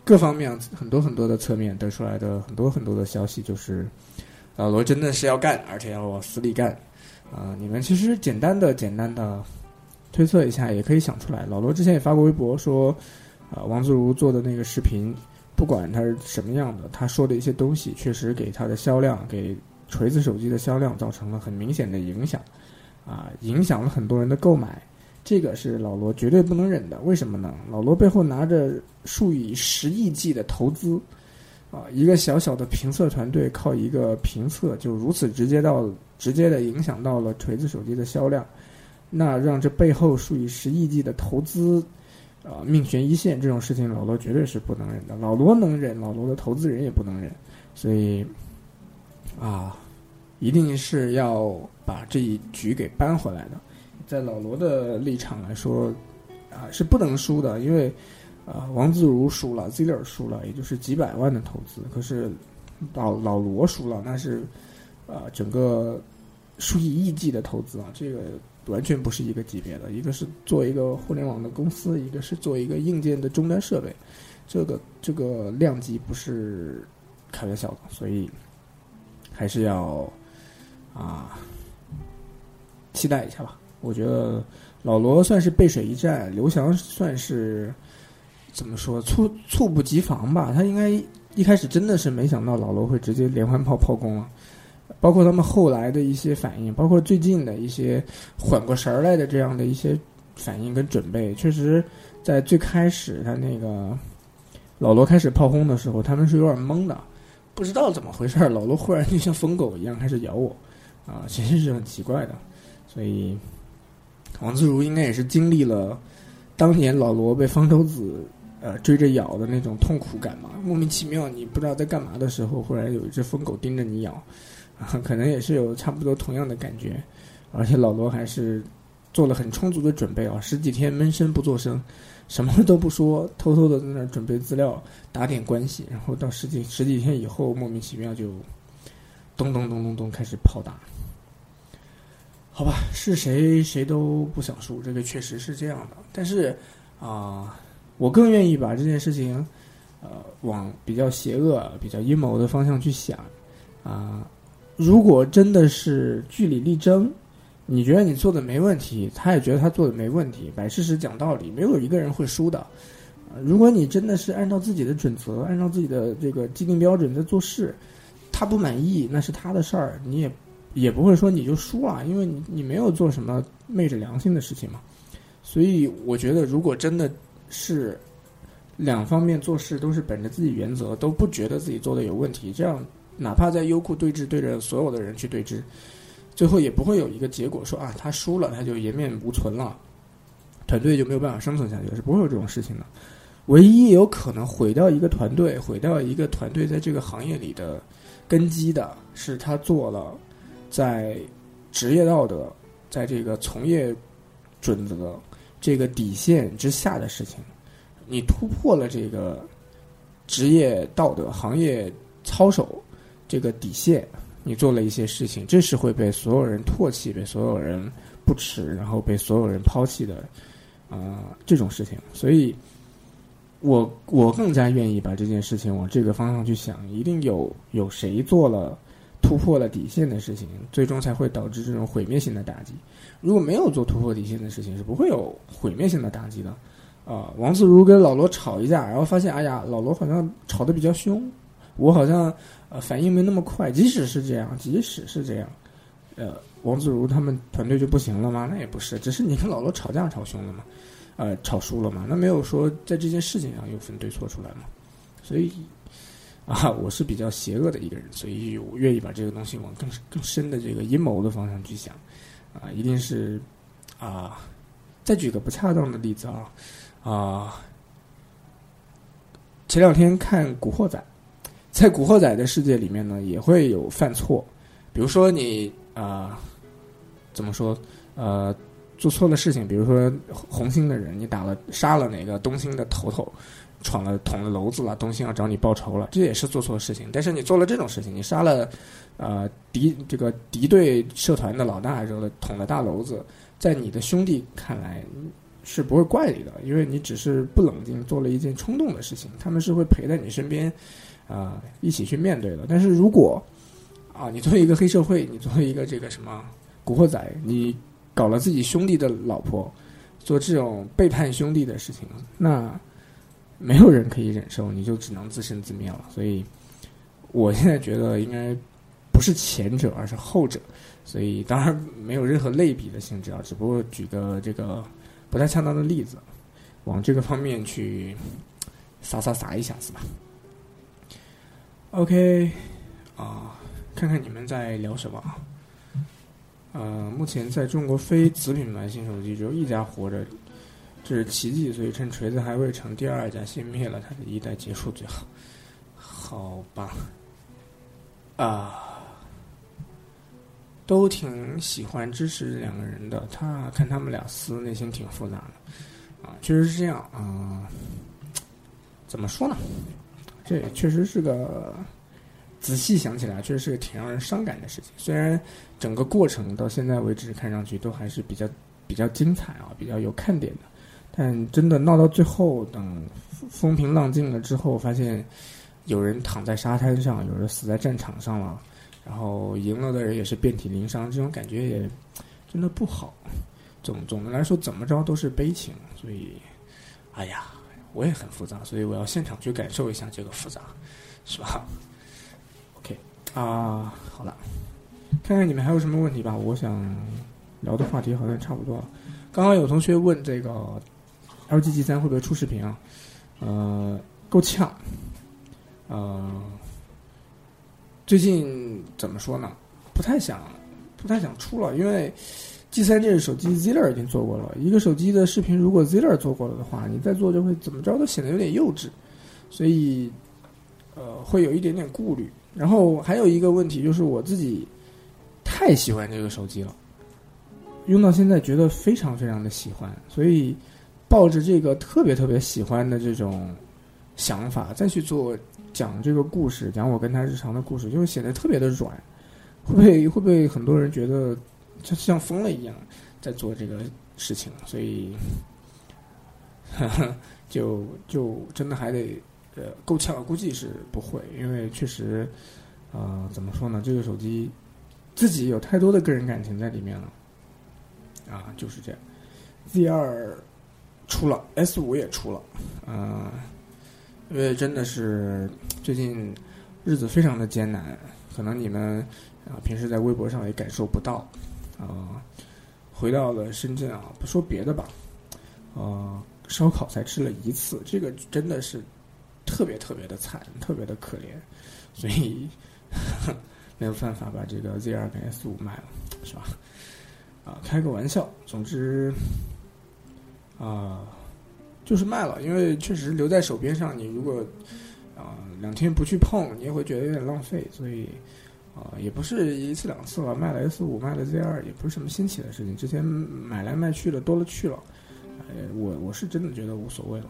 各方面很多很多的侧面得出来的很多很多的消息，就是老罗真的是要干，而且要往死里干啊、呃！你们其实简单的简单的推测一下也可以想出来。老罗之前也发过微博说，啊、呃，王自如做的那个视频，不管它是什么样的，他说的一些东西确实给他的销量，给锤子手机的销量造成了很明显的影响啊、呃，影响了很多人的购买。这个是老罗绝对不能忍的，为什么呢？老罗背后拿着数以十亿计的投资，啊，一个小小的评测团队靠一个评测就如此直接到直接的影响到了锤子手机的销量，那让这背后数以十亿计的投资，啊，命悬一线，这种事情老罗绝对是不能忍的。老罗能忍，老罗的投资人也不能忍，所以，啊，一定是要把这一局给扳回来的。在老罗的立场来说，啊是不能输的，因为，啊王自如输了 ，Ziller 输了，也就是几百万的投资，可是老老罗输了，那是，啊整个数以亿计的投资啊，这个完全不是一个级别的，一个是做一个互联网的公司，一个是做一个硬件的终端设备，这个这个量级不是开玩笑的，所以还是要啊期待一下吧。我觉得老罗算是背水一战，刘翔算是怎么说猝猝不及防吧。他应该一开始真的是没想到老罗会直接连环炮炮攻了，包括他们后来的一些反应，包括最近的一些缓过神来的这样的一些反应跟准备，确实在最开始他那个老罗开始炮轰的时候，他们是有点懵的，不知道怎么回事，老罗忽然就像疯狗一样开始咬我啊，其实是很奇怪的。所以王自如应该也是经历了当年老罗被方舟子呃追着咬的那种痛苦感嘛，莫名其妙你不知道在干嘛的时候，忽然有一只疯狗盯着你咬，啊，可能也是有差不多同样的感觉。而且老罗还是做了很充足的准备啊，十几天闷声不作声，什么都不说，偷偷的在那儿准备资料，打点关系，然后到十几十几天以后，莫名其妙就咚咚咚咚咚开始炮打。好吧，是谁谁都不想输，这个确实是这样的。但是啊、呃，我更愿意把这件事情，呃，往比较邪恶、比较阴谋的方向去想啊、呃。如果真的是据理力争，你觉得你做的没问题，他也觉得他做的没问题，摆事实讲道理，没有一个人会输的。呃、如果你真的是按照自己的准则，按照自己的这个既定标准在做事，他不满意那是他的事儿，你也。也不会说你就输了，因为你你没有做什么昧着良心的事情嘛。所以我觉得，如果真的是两方面做事都是本着自己原则，都不觉得自己做的有问题，这样哪怕在优酷对峙对着所有的人去对峙，最后也不会有一个结果说啊他输了他就颜面无存了，团队就没有办法生存下去，是不会有这种事情的。唯一有可能毁掉一个团队，毁掉一个团队在这个行业里的根基的，是他做了在职业道德，在这个从业准则这个底线之下的事情，你突破了这个职业道德、行业操守这个底线，你做了一些事情，这是会被所有人唾弃、被所有人不耻，然后被所有人抛弃的啊、呃、这种事情。所以我我更加愿意把这件事情往这个方向去想，一定有有谁做了突破了底线的事情，最终才会导致这种毁灭性的打击。如果没有做突破底线的事情，是不会有毁灭性的打击的。啊、呃，王自如跟老罗吵一架，然后发现，哎呀，老罗好像吵得比较凶，我好像呃反应没那么快。即使是这样，即使是这样，呃，王自如他们团队就不行了吗？那也不是，只是你跟老罗吵架吵凶了嘛，呃，吵输了嘛，那没有说在这件事情上有分对错出来嘛。所以。啊，我是比较邪恶的一个人，所以我愿意把这个东西往更更深的这个阴谋的方向去想，啊，一定是啊。再举个不恰当的例子啊，啊，前两天看《古惑仔》，在《古惑仔》的世界里面呢，也会有犯错，比如说你啊，怎么说呃，做错了事情，比如说红星的人，你打了杀了哪个东星的头头。闯了捅了娄子了，东兴要找你报仇了，这也是做错事情。但是你做了这种事情，你杀了呃敌这个敌对社团的老大，惹了捅了大娄子，在你的兄弟看来， 是不会怪你的，因为你只是不冷静做了一件冲动的事情，他们是会陪在你身边啊、呃、一起去面对的。但是如果啊你作为一个黑社会，你作为一个这个什么古惑仔，你搞了自己兄弟的老婆，做这种背叛兄弟的事情，那没有人可以忍受，你就只能自生自灭了。所以我现在觉得应该不是前者，而是后者。所以当然没有任何类比的性质啊，只不过举个这个不太恰当的例子，往这个方面去撒撒撒一下子吧。OK 啊，看看你们在聊什么啊？呃，目前在中国非子品牌新手机只有一家活着，这是奇迹，所以趁锤子还未成，第二家先灭了它的一代结束最好。好吧，啊，都挺喜欢支持两个人的，他看他们俩撕，内心挺复杂的，啊，确实是这样啊、呃。怎么说呢？这也确实是个，仔细想起来，确实是个挺让人伤感的事情。虽然整个过程到现在为止看上去都还是比较比较精彩啊，比较有看点的。但真的闹到最后，等风平浪静了之后，发现有人躺在沙滩上，有人死在战场上了，然后赢了的人也是遍体鳞伤，这种感觉也真的不好。总总的来说，怎么着都是悲情，所以，哎呀，我也很复杂，所以我要现场去感受一下这个复杂，是吧 ？OK 啊，好了，看看你们还有什么问题吧。我想聊的话题好像差不多了。刚刚有同学问这个。L G G 三会不会出视频啊？呃，够呛。呃，最近怎么说呢？不太想，不太想出了，因为 G 三这个手机 Ziller 已经做过了。一个手机的视频，如果 Ziller 做过了的话，你再做就会怎么着都显得有点幼稚，所以呃，会有一点点顾虑。然后还有一个问题就是我自己太喜欢这个手机了，用到现在觉得非常非常的喜欢，所以。抱着这个特别特别喜欢的这种想法，再去做讲这个故事，讲我跟他日常的故事，就会显得特别的软。会不会会不会很多人觉得就像疯了一样在做这个事情？所以呵呵就就真的还得呃够呛，估计是不会，因为确实呃怎么说呢，这个手机自己有太多的个人感情在里面了啊，就是这样。Z 二出了 ，S 五也出了，呃，因为真的是最近日子非常的艰难，可能你们啊、呃、平时在微博上也感受不到，啊、呃，回到了深圳啊，不说别的吧，呃，烧烤才吃了一次，这个真的是特别特别的惨，特别的可怜，所以呵呵没有办法把这个 Z 二跟 S 五卖了，是吧？啊，开个玩笑，总之。啊、呃，就是卖了，因为确实留在手边上，你如果啊、呃、两天不去碰，你也会觉得有点浪费，所以啊、呃、也不是一次两次了，卖了 S 五，卖了 Z 二，也不是什么新奇的事情，之前买来卖去的多了去了，哎，我我是真的觉得无所谓了。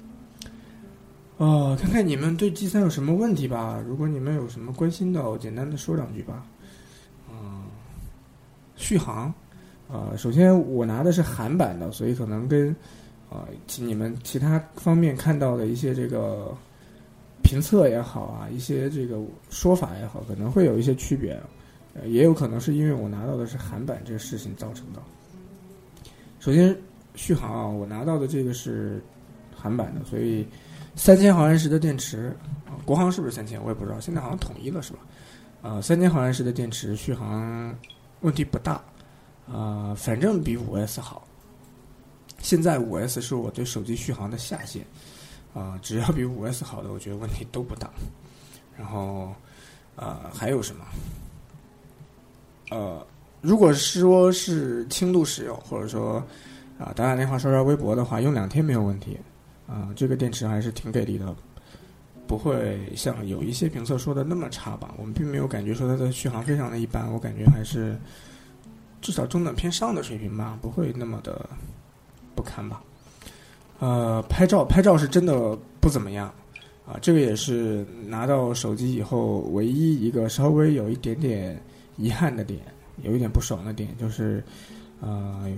呃，看看你们对 G 三有什么问题吧，如果你们有什么关心的，我简单的说两句吧。嗯、呃，续航。呃，首先我拿的是韩版的，所以可能跟呃你们其他方面看到的一些这个评测也好啊，一些这个说法也好，可能会有一些区别，呃，也有可能是因为我拿到的是韩版这个事情造成的。首先续航啊，我拿到的这个是韩版的，所以三千毫安时的电池，啊、呃，国行是不是三千？我也不知道，现在好像统一了是吧？呃，三千毫安时的电池续航问题不大。啊、呃，反正比五 S 好。现在五 S 是我对手机续航的下限，啊、呃，只要比五 S 好的，我觉得问题都不大。然后，呃，还有什么？呃，如果说是轻度使用，或者说啊、呃、打打电话、刷刷微博的话，用两天没有问题。啊、呃，这个电池还是挺给力的，不会像有一些评测说的那么差吧？我们并没有感觉说它的续航非常的一般，我感觉还是。至少中等偏上的水平吧，不会那么的不堪吧。呃，拍照拍照是真的不怎么样啊，这个也是拿到手机以后唯一一个稍微有一点点遗憾的点，有一点不爽的点，就是呃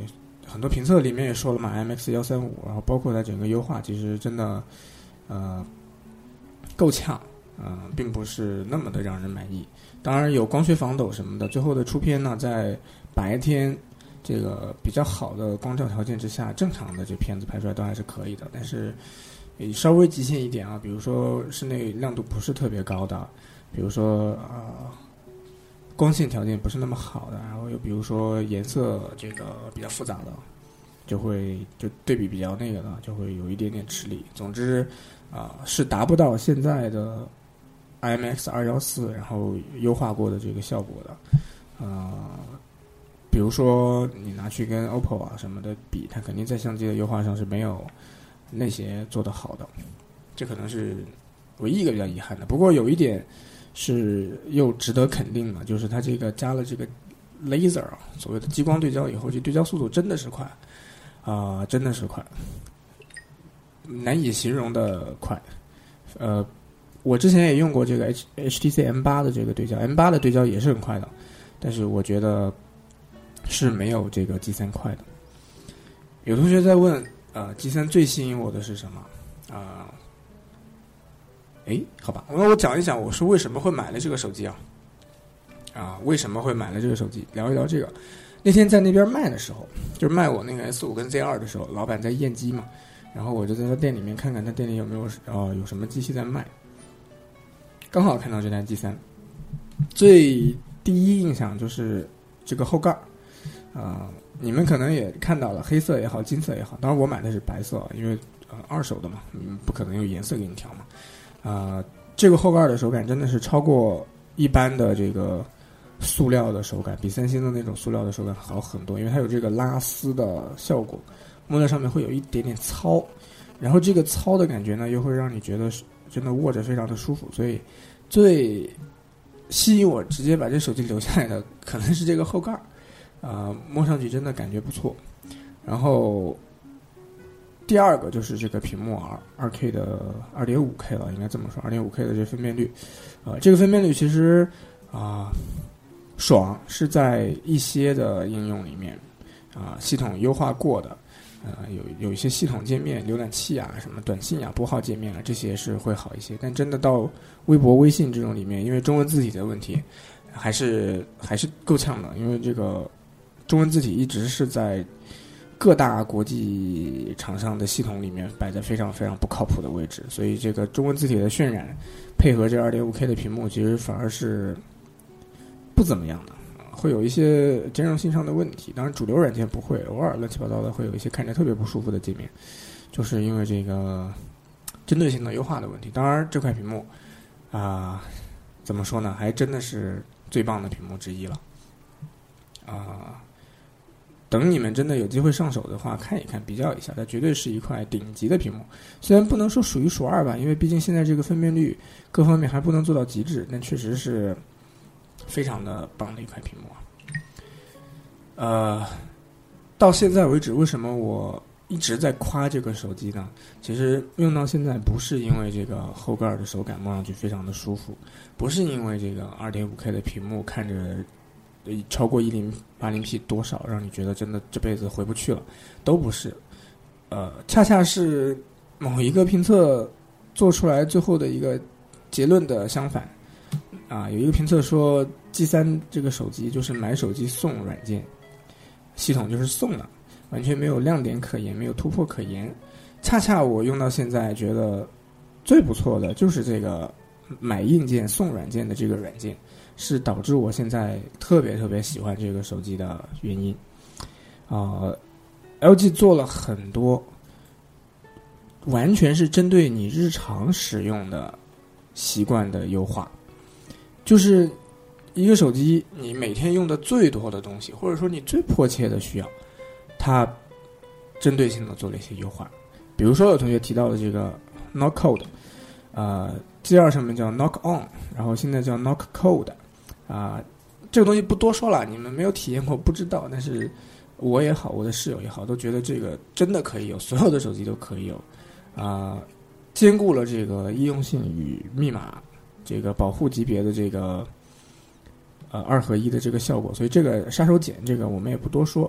很多评测里面也说了嘛 ，I M X 一三五，然后包括它整个优化，其实真的呃够呛，呃，并不是那么的让人满意。当然有光学防抖什么的，最后的出片呢，在白天这个比较好的光照条件之下，正常的这片子拍出来都还是可以的。但是稍微极限一点啊，比如说室内亮度不是特别高的，比如说啊、呃、光线条件不是那么好的，然后又比如说颜色这个比较复杂的，就会就对比比较那个的，就会有一点点吃力。总之啊、呃、是达不到现在的 I M X 二一四然后优化过的这个效果的。呃比如说你拿去跟 O P P O 啊什么的比，它肯定在相机的优化上是没有那些做得好的，这可能是唯一一个比较遗憾的。不过有一点是又值得肯定的，就是它这个加了这个 laser 啊，所谓的激光对焦以后，这对焦速度真的是快啊、呃，真的是快，难以形容的快。呃，我之前也用过这个 H HTC M 八的这个对焦 ，M 八的对焦也是很快的，但是我觉得是没有这个 G 三快的。有同学在问。呃 ，G 三最吸引我的是什么？啊、呃，哎，好吧，那我讲一讲我是为什么会买了这个手机啊？啊、呃，为什么会买了这个手机？聊一聊这个。那天在那边卖的时候，就是卖我那个 S 五 跟 Z 二的时候，老板在验机嘛，然后我就在他店里面看看他店里有没有呃有什么机器在卖，刚好看到这台 G 三，最第一印象就是这个后盖，啊、呃。你们可能也看到了，黑色也好，金色也好，当然我买的是白色，因为呃二手的嘛，嗯，不可能用颜色给你调嘛。啊、呃，这个后盖的手感真的是超过一般的这个塑料的手感，比三星的那种塑料的手感好很多，因为它有这个拉丝的效果，摸在上面会有一点点糙，然后这个糙的感觉呢，又会让你觉得真的握着非常的舒服，所以最吸引我直接把这手机留下来的可能是这个后盖。呃，摸上去真的感觉不错。然后第二个就是这个屏幕啊，二 K 的 二点五 K 了，应该这么说 ，二点五 K 的这分辨率，呃，这个分辨率其实啊、呃，爽是在一些的应用里面啊、呃，系统优化过的，呃，有有一些系统界面、浏览器啊、什么短信啊、拨号界面啊，这些是会好一些。但真的到微博、微信这种里面，因为中文字体的问题，还是还是够呛的，因为这个。中文字体一直是在各大国际厂商的系统里面摆在非常非常不靠谱的位置，所以这个中文字体的渲染配合这 二点五 K 的屏幕，其实反而是不怎么样的，会有一些兼容性上的问题。当然，主流软件不会，偶尔乱七八糟的会有一些看着特别不舒服的界面，就是因为这个针对性的优化的问题。当然，这块屏幕啊、呃，怎么说呢，还真的是最棒的屏幕之一了啊。呃等你们真的有机会上手的话，看一看，比较一下，它绝对是一块顶级的屏幕。虽然不能说数一数二吧，因为毕竟现在这个分辨率各方面还不能做到极致，但确实是非常的棒的一块屏幕啊。呃，到现在为止，为什么我一直在夸这个手机呢？其实用到现在不是因为这个后盖的手感摸上去非常的舒服，不是因为这个 二点五 K 的屏幕看着超过一零八零 P 多少让你觉得真的这辈子回不去了，都不是。呃，恰恰是某一个评测做出来最后的一个结论的相反啊。有一个评测说 G 三 这个手机就是买手机送软件，系统就是送的，完全没有亮点可言，没有突破可言。恰恰我用到现在觉得最不错的就是这个买硬件送软件的这个软件，是导致我现在特别特别喜欢这个手机的原因。啊、呃、L G 做了很多完全是针对你日常使用的习惯的优化，就是一个手机你每天用的最多的东西，或者说你最迫切的需要，它针对性的做了一些优化。比如说有同学提到的这个 Knock Code， 呃 G 二 上面叫 Knock On， 然后现在叫 Knock Code， 啊、呃，这个东西不多说了，你们没有体验过不知道，但是我也好，我的室友也好，都觉得这个真的可以有，所有的手机都可以有，啊、呃，兼顾了这个易用性与密码这个保护级别的这个呃二合一的这个效果，所以这个杀手锏这个我们也不多说。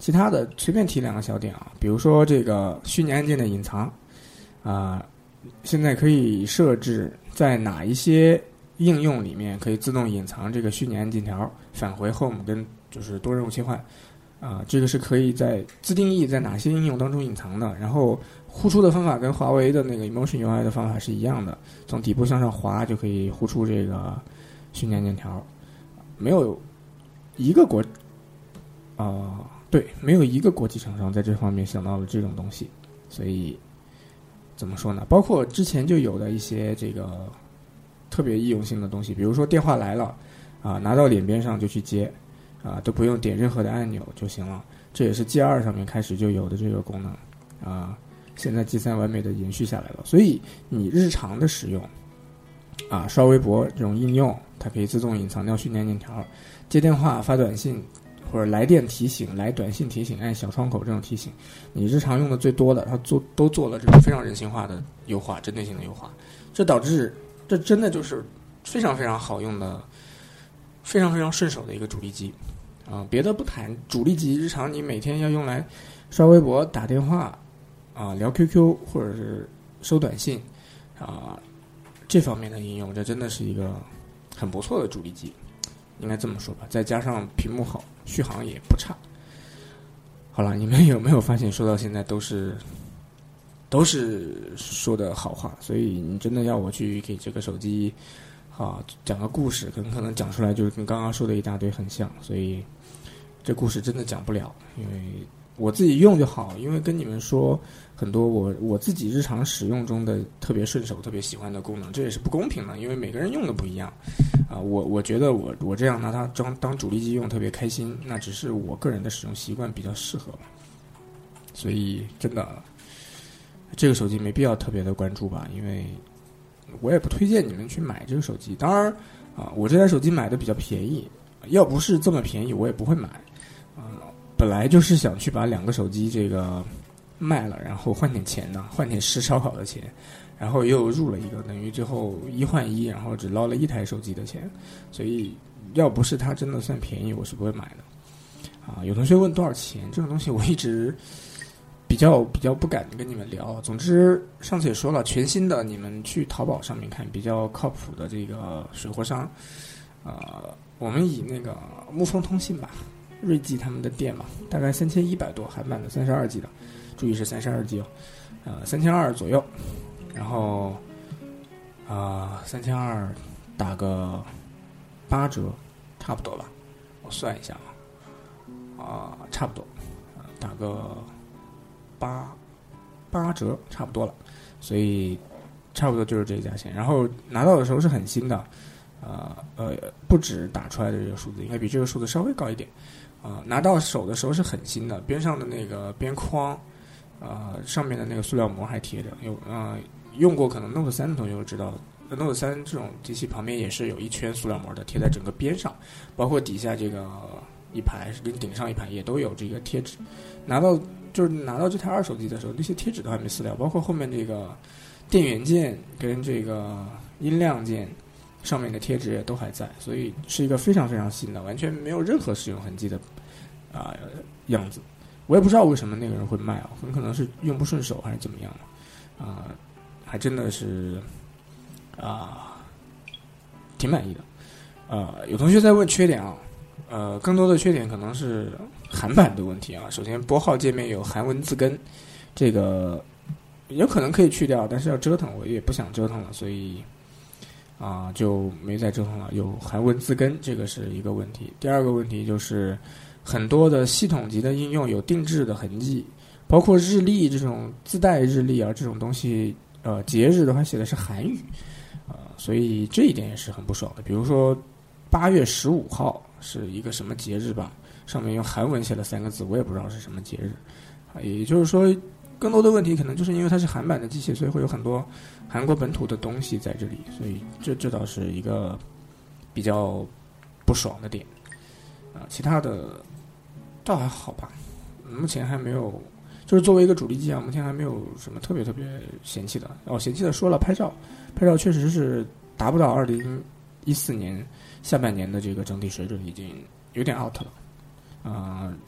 其他的随便提两个小点啊，比如说这个虚拟按键的隐藏啊、呃，现在可以设置在哪一些应用里面可以自动隐藏这个虚拟按键条，返回 Home 跟就是多任务切换啊、呃，这个是可以在自定义在哪些应用当中隐藏的。然后呼出的方法跟华为的那个 Emotion U I 的方法是一样的，从底部向上滑就可以呼出这个虚拟按键条，没有一个国啊。呃对，没有一个国际厂商在这方面想到了这种东西，所以怎么说呢？包括之前就有的一些这个特别易用性的东西，比如说电话来了啊，拿到脸边上就去接啊，都不用点任何的按钮就行了。这也是 G 二 上面开始就有的这个功能啊，现在 G 三 完美的延续下来了。所以你日常的使用啊，刷微博这种应用，它可以自动隐藏掉虚拟按键条，接电话、发短信。或者来电提醒、来短信提醒、按小窗口这种提醒，你日常用的最多的，它做都做了这种非常人性化的优化、针对性的优化，这导致这真的就是非常非常好用的、非常非常顺手的一个主力机啊、呃！别的不谈，主力机日常你每天要用来刷微博、打电话啊、呃、聊 Q Q 或者是收短信啊、呃、这方面的应用，这真的是一个很不错的主力机。应该这么说吧，再加上屏幕好，续航也不差。好了，你们有没有发现说到现在都是都是说的好话？所以你真的要我去给这个手机啊讲个故事，很可能讲出来就是跟刚刚说的一大堆很像，所以这故事真的讲不了，因为我自己用就好，因为跟你们说很多我我自己日常使用中的特别顺手、特别喜欢的功能，这也是不公平的，因为每个人用的不一样啊。我我觉得我我这样拿它当当主力机用特别开心，那只是我个人的使用习惯比较适合嘛。所以真的，这个手机没必要特别的关注吧，因为我也不推荐你们去买这个手机。当然啊，我这台手机买的比较便宜，要不是这么便宜，我也不会买啊。本来就是想去把两个手机这个卖了，然后换点钱呢，换点吃烧烤的钱，然后又入了一个，等于最后一换一，然后只捞了一台手机的钱。所以要不是它真的算便宜，我是不会买的啊。有同学问多少钱，这种东西我一直比较比较不敢跟你们聊。总之上次也说了，全新的你们去淘宝上面看比较靠谱的这个水货商，呃，我们以那个沐风通信吧。锐际他们的店嘛，大概三千一百多，韩版的三十二 G 的，注意是三十二 G 哦，呃，三千二左右，然后啊，三千二打个八折，差不多吧，我算一下啊，啊、呃，差不多，呃、打个八八折，差不多了，所以差不多就是这个价钱。然后拿到的时候是很新的，呃呃，不止打出来的这个数字，应该比这个数字稍微高一点。啊、呃，拿到手的时候是很新的，边上的那个边框，呃，上面的那个塑料膜还贴着。有呃，用过可能 Note 三的同学会知道 ，Note 三这种机器旁边也是有一圈塑料膜的，贴在整个边上，包括底下这个一排跟顶上一排也都有这个贴纸。拿到就是拿到这台二手机的时候，那些贴纸都还没撕掉，包括后面这个电源键跟这个音量键。上面的贴纸也都还在，所以是一个非常非常新的，完全没有任何使用痕迹的啊、呃、样子。我也不知道为什么那个人会卖啊，很可能是用不顺手还是怎么样啊、呃，还真的是啊、呃、挺满意的。呃，有同学在问缺点啊，呃，更多的缺点可能是韩版的问题啊。首先，拨号界面有韩文字根，这个有可能可以去掉，但是要折腾，我也不想折腾了，所以。啊，就没再折腾了。有韩文字根，这个是一个问题。第二个问题就是很多的系统级的应用有定制的痕迹，包括日历这种自带日历啊这种东西，呃，节日的话写的是韩语，呃，所以这一点也是很不爽的。比如说八月十五号是一个什么节日吧，上面用韩文写了三个字，我也不知道是什么节日。啊，也就是说。更多的问题可能就是因为它是韩版的机器，所以会有很多韩国本土的东西在这里，所以这这倒是一个比较不爽的点啊、呃。其他的倒还好吧，目前还没有，就是作为一个主力机啊，目前还没有什么特别特别嫌弃的。哦，嫌弃的说了，拍照，拍照确实是达不到二零一四年下半年的这个整体水准，已经有点 out 了啊。呃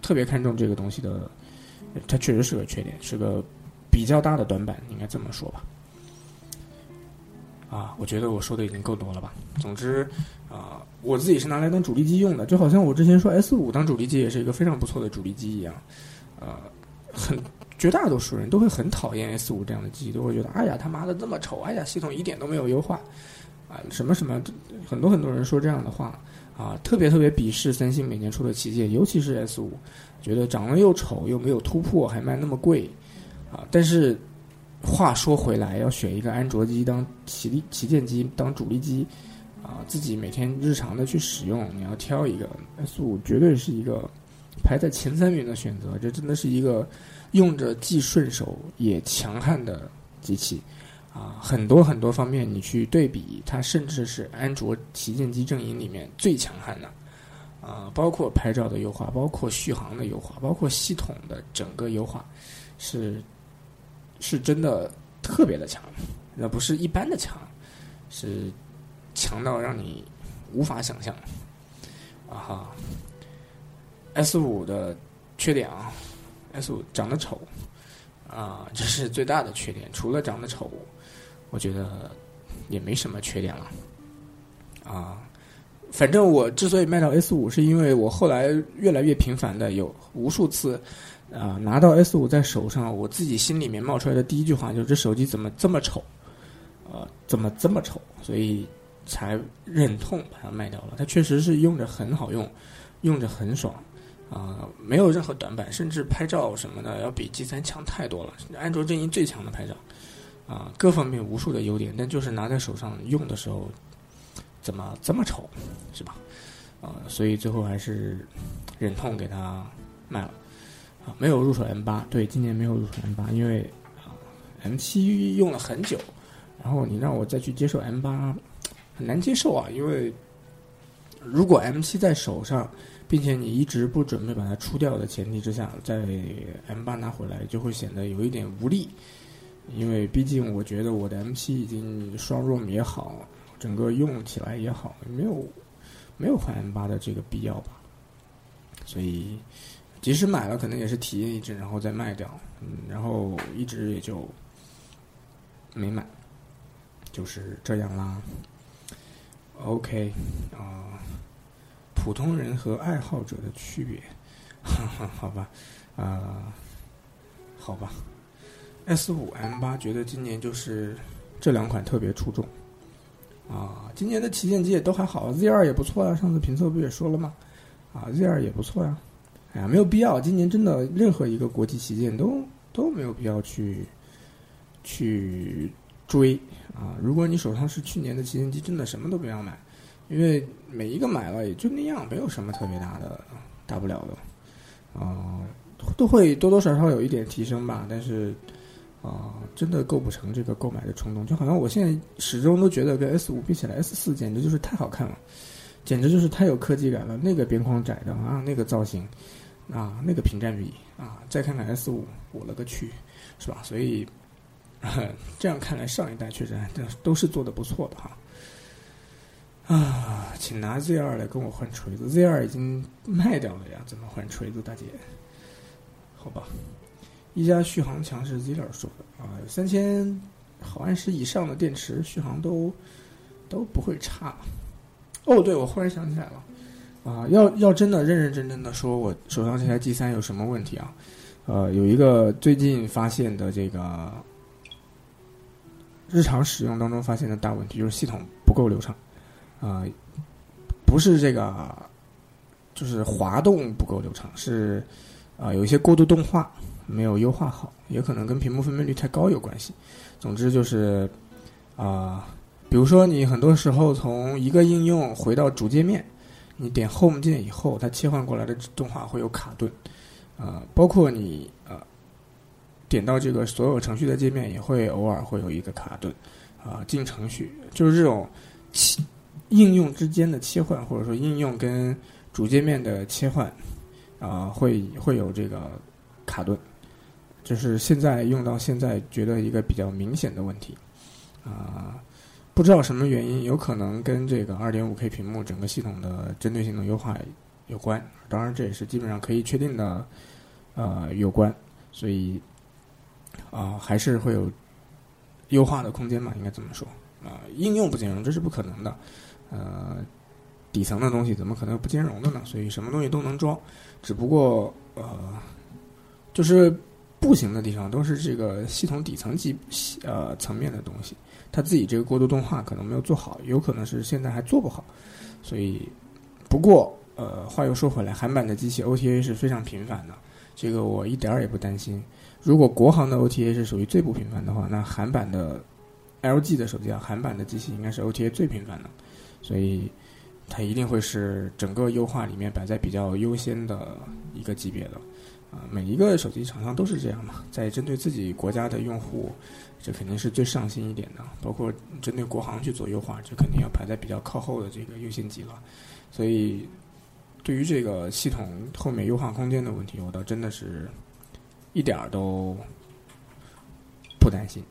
特别看重这个东西的，它确实是个缺点，是个比较大的短板，应该这么说吧。啊，我觉得我说的已经够多了吧。总之，啊、呃，我自己是拿来当主力机用的，就好像我之前说 S 五 当主力机也是一个非常不错的主力机一样。呃，很绝大多数人都会很讨厌 S 五 这样的机，都会觉得，哎呀他妈的这么丑，哎呀系统一点都没有优化，啊、呃，什么什么，很多很多人说这样的话啊，特别特别鄙视三星每年出的旗舰，尤其是 S 五， 觉得长得又丑又没有突破，还卖那么贵，啊，但是。话说回来，要选一个安卓机当旗力旗舰机当主力机，啊，自己每天日常的去使用，你要挑一个 S 五， 绝对是一个排在前三名的选择。这真的是一个用着既顺手也强悍的机器，啊，很多很多方面你去对比，它甚至是安卓旗舰机阵营里面最强悍的，啊，包括拍照的优化，包括续航的优化，包括系统的整个优化，是。是真的特别的强，那不是一般的强，是强到让你无法想象啊哈。S 五 的缺点啊 ，S 五 长得丑啊，这是最大的缺点。除了长得丑，我觉得也没什么缺点了啊。反正我之所以卖到 S 五， 是因为我后来越来越频繁的有无数次。啊、呃，拿到 S 五 在手上，我自己心里面冒出来的第一句话就是这手机怎么这么丑，呃，怎么这么丑，所以才忍痛把它卖掉了。它确实是用着很好用，用着很爽，啊、呃，没有任何短板，甚至拍照什么的要比 G 三 强太多了，安卓阵营最强的拍照，啊、呃，各方面无数的优点，但就是拿在手上用的时候，怎么这么丑，是吧？啊、呃，所以最后还是忍痛给它卖了。啊，没有入手 M 八， 对，今年没有入手 M 八， 因为啊 M 七 用了很久，然后你让我再去接受 M 八， 很难接受啊，因为如果 M 七 在手上，并且你一直不准备把它出掉的前提之下，在 M 八 拿回来就会显得有一点无力，因为毕竟我觉得我的 M 七 已经双 ROM 也好，整个用起来也好，没有没有换 M 八 的这个必要吧，所以。即使买了，可能也是体验一阵，然后再卖掉，嗯，然后一直也就没买，就是这样啦。OK， 啊、呃，普通人和爱好者的区别，哈哈，好吧，啊、呃，好吧 ，S 五 M 八 觉得今年就是这两款特别出众，啊，今年的旗舰机也都还好 ，Z 二 也不错啊，上次评测不也说了吗？啊 ，Z 二 也不错呀。哎呀，没有必要。今年真的任何一个国际旗舰都都没有必要去去追啊！如果你手上是去年的旗舰机，真的什么都不要买，因为每一个买了也就那样，没有什么特别大的大不了的啊，都会多多少少有一点提升吧。但是啊，真的构不成这个购买的冲动。就好像我现在始终都觉得跟 S 五 比起来 ，S 四 简直就是太好看了，简直就是太有科技感了。那个边框窄的啊，那个造型。啊，那个屏占比啊，再看看 S 五， 我了个去，是吧？所以，这样看来，上一代确实都是做的不错的哈。啊，请拿 Z 二 来跟我换锤子 ，Z 二 已经卖掉了呀，怎么换锤子，大姐？好吧，一加续航强是 Z 二 说的啊，三千毫安时以上的电池续航都都不会差。哦，对，我忽然想起来了。啊，要要真的认认真真的说，我手上这台 G 三 有什么问题啊？呃，有一个最近发现的这个日常使用当中发现的大问题，就是系统不够流畅。啊、呃，不是这个，就是滑动不够流畅，是啊、呃、有一些过渡动画没有优化好，也可能跟屏幕分辨率太高有关系。总之就是啊、呃，比如说你很多时候从一个应用回到主界面。你点 Home 键以后，它切换过来的动画会有卡顿，呃，包括你呃点到这个所有程序的界面，也会偶尔会有一个卡顿，啊、呃，进程序就是这种切应用之间的切换，或者说应用跟主界面的切换，啊、呃，会会有这个卡顿，就是现在用到现在觉得一个比较明显的问题，啊、呃。不知道什么原因，有可能跟这个 二点五 K 屏幕整个系统的针对性的优化有关，当然这也是基本上可以确定的，呃，有关，所以啊、呃，还是会有优化的空间嘛，应该这么说啊、呃。应用不兼容这是不可能的，呃，底层的东西怎么可能不兼容的呢？所以什么东西都能装，只不过呃，就是不行的地方都是这个系统底层基呃层面的东西，它自己这个过渡动画可能没有做好，有可能是现在还做不好，所以不过。呃，话又说回来，韩版的机器 O T A 是非常频繁的，这个我一点儿也不担心。如果国行的 O T A 是属于最不频繁的话，那韩版的 L G 的手机啊，韩版的机器应该是 O T A 最频繁的，所以它一定会是整个优化里面摆在比较优先的一个级别的。啊、呃，每一个手机厂商都是这样嘛，在针对自己国家的用户，这肯定是最上心一点的，包括针对国行去做优化，这肯定要排在比较靠后的这个优先级了，所以。对于这个系统后面优化空间的问题，我倒真的是一点儿都不担心。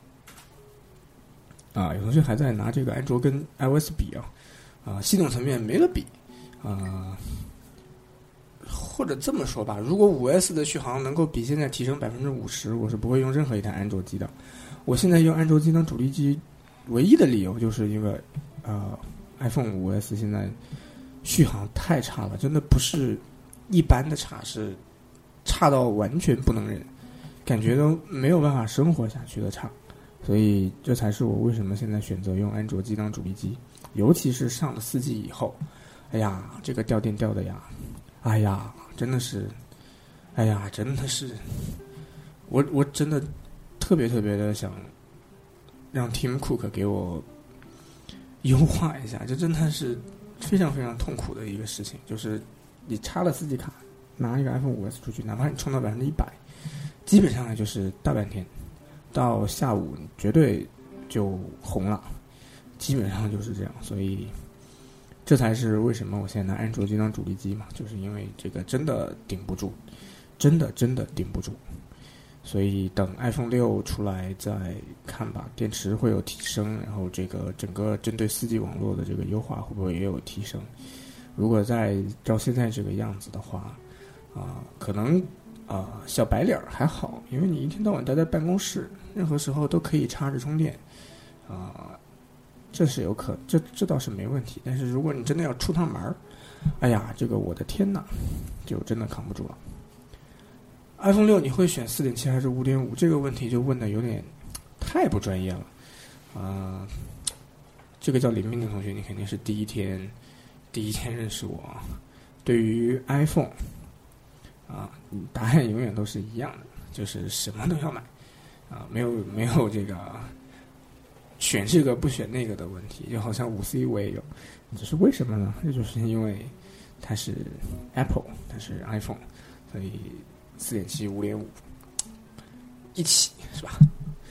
啊，有同学还在拿这个安卓跟 iOS 比啊，啊，系统层面没得比啊。或者这么说吧，如果 五 S 的续航能够比现在提升百分之五十，我是不会用任何一台安卓机的。我现在用安卓机当主力机，唯一的理由就是因为呃 ，iPhone 五 S 现在。续航太差了，真的不是一般的差，是差到完全不能忍，感觉都没有办法生活下去的差。所以这才是我为什么现在选择用安卓机当主力机，尤其是上了四 G 以后，哎呀，这个掉电掉的呀，哎呀，真的是，哎呀，真的是，我我真的特别特别的想让 Tim Cook 给我优化一下，这真的是。非常非常痛苦的一个事情，就是你插了四 G 卡，拿一个 iPhone 五 S 出去，哪怕你充到百分之一百，基本上呢就是大半天，到下午绝对就红了，基本上就是这样。所以这才是为什么我现在拿安卓机当主力机嘛，就是因为这个真的顶不住，真的真的顶不住。所以等 iPhone 六出来再看吧，电池会有提升，然后这个整个针对 四 G 网络的这个优化会不会也有提升？如果再照现在这个样子的话，啊、呃，可能啊、呃、小白脸还好，因为你一天到晚待在办公室，任何时候都可以插着充电，啊、呃，这是有可这这倒是没问题。但是如果你真的要出趟门，哎呀，这个我的天哪，就真的扛不住了。iPhone 六你会选 四点七 还是 五点五 这个问题就问的有点太不专业了啊、呃！这个叫林斌的同学，你肯定是第一天第一天认识我。对于 iPhone 啊，答案永远都是一样的，就是什么都要买啊，没有没有这个选这个不选那个的问题。就好像 五 C 我也有，只是为什么呢？这就是因为它是 Apple， 它是 iPhone， 所以四点七、五点五一起是吧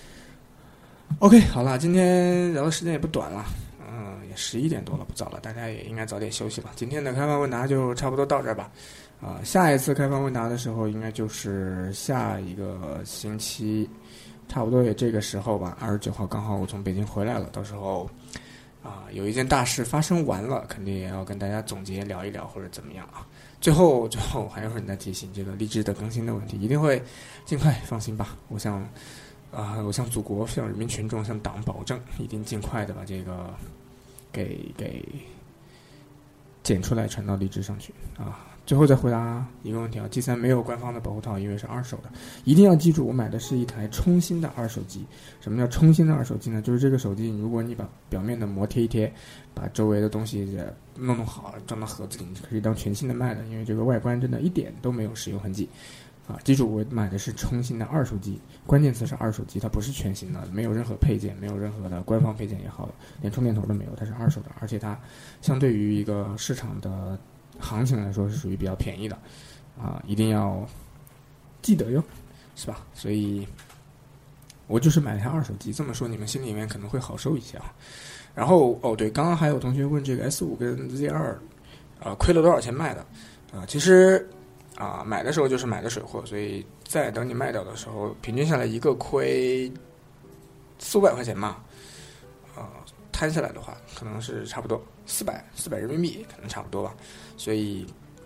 ？OK， 好了，今天聊的时间也不短了，嗯，也十一点多了，不早了，大家也应该早点休息了。今天的开放问答就差不多到这儿吧。啊、呃，下一次开放问答的时候，应该就是下一个星期，差不多也这个时候吧。二十九号刚好我从北京回来了，到时候啊、呃，有一件大事发生完了，肯定也要跟大家总结聊一聊或者怎么样啊。最后，最后还有人在提醒这个励志的更新的问题，一定会尽快，放心吧。我向啊、呃，我向祖国、向人民群众、向党保证，一定尽快的把这个给给剪出来，传到励志上去啊。最后再回答一个问题啊 ，G 三没有官方的保护套，因为是二手的，一定要记住，我买的是一台冲新的二手机。什么叫冲新的二手机呢？就是这个手机，如果你把表面的膜贴一贴，把周围的东西弄弄好，装到盒子里，你可以当全新的卖的，因为这个外观真的一点都没有使用痕迹。啊，记住，我买的是冲新的二手机，关键词是二手机，它不是全新的，没有任何配件，没有任何的官方配件也好，连充电头都没有，它是二手的，而且它相对于一个市场的行情来说是属于比较便宜的，啊，一定要记得哟，是吧？所以，我就是买了台二手机，这么说你们心里面可能会好受一些啊。然后，哦对，刚刚还有同学问这个 S 五 跟 Z 二，呃，亏了多少钱卖的？啊、呃，其实。啊，买的时候就是买的水货，所以再等你卖掉的时候，平均下来一个亏四五百块钱嘛，呃，摊下来的话，可能是差不多四百四百人民币，可能差不多吧。所以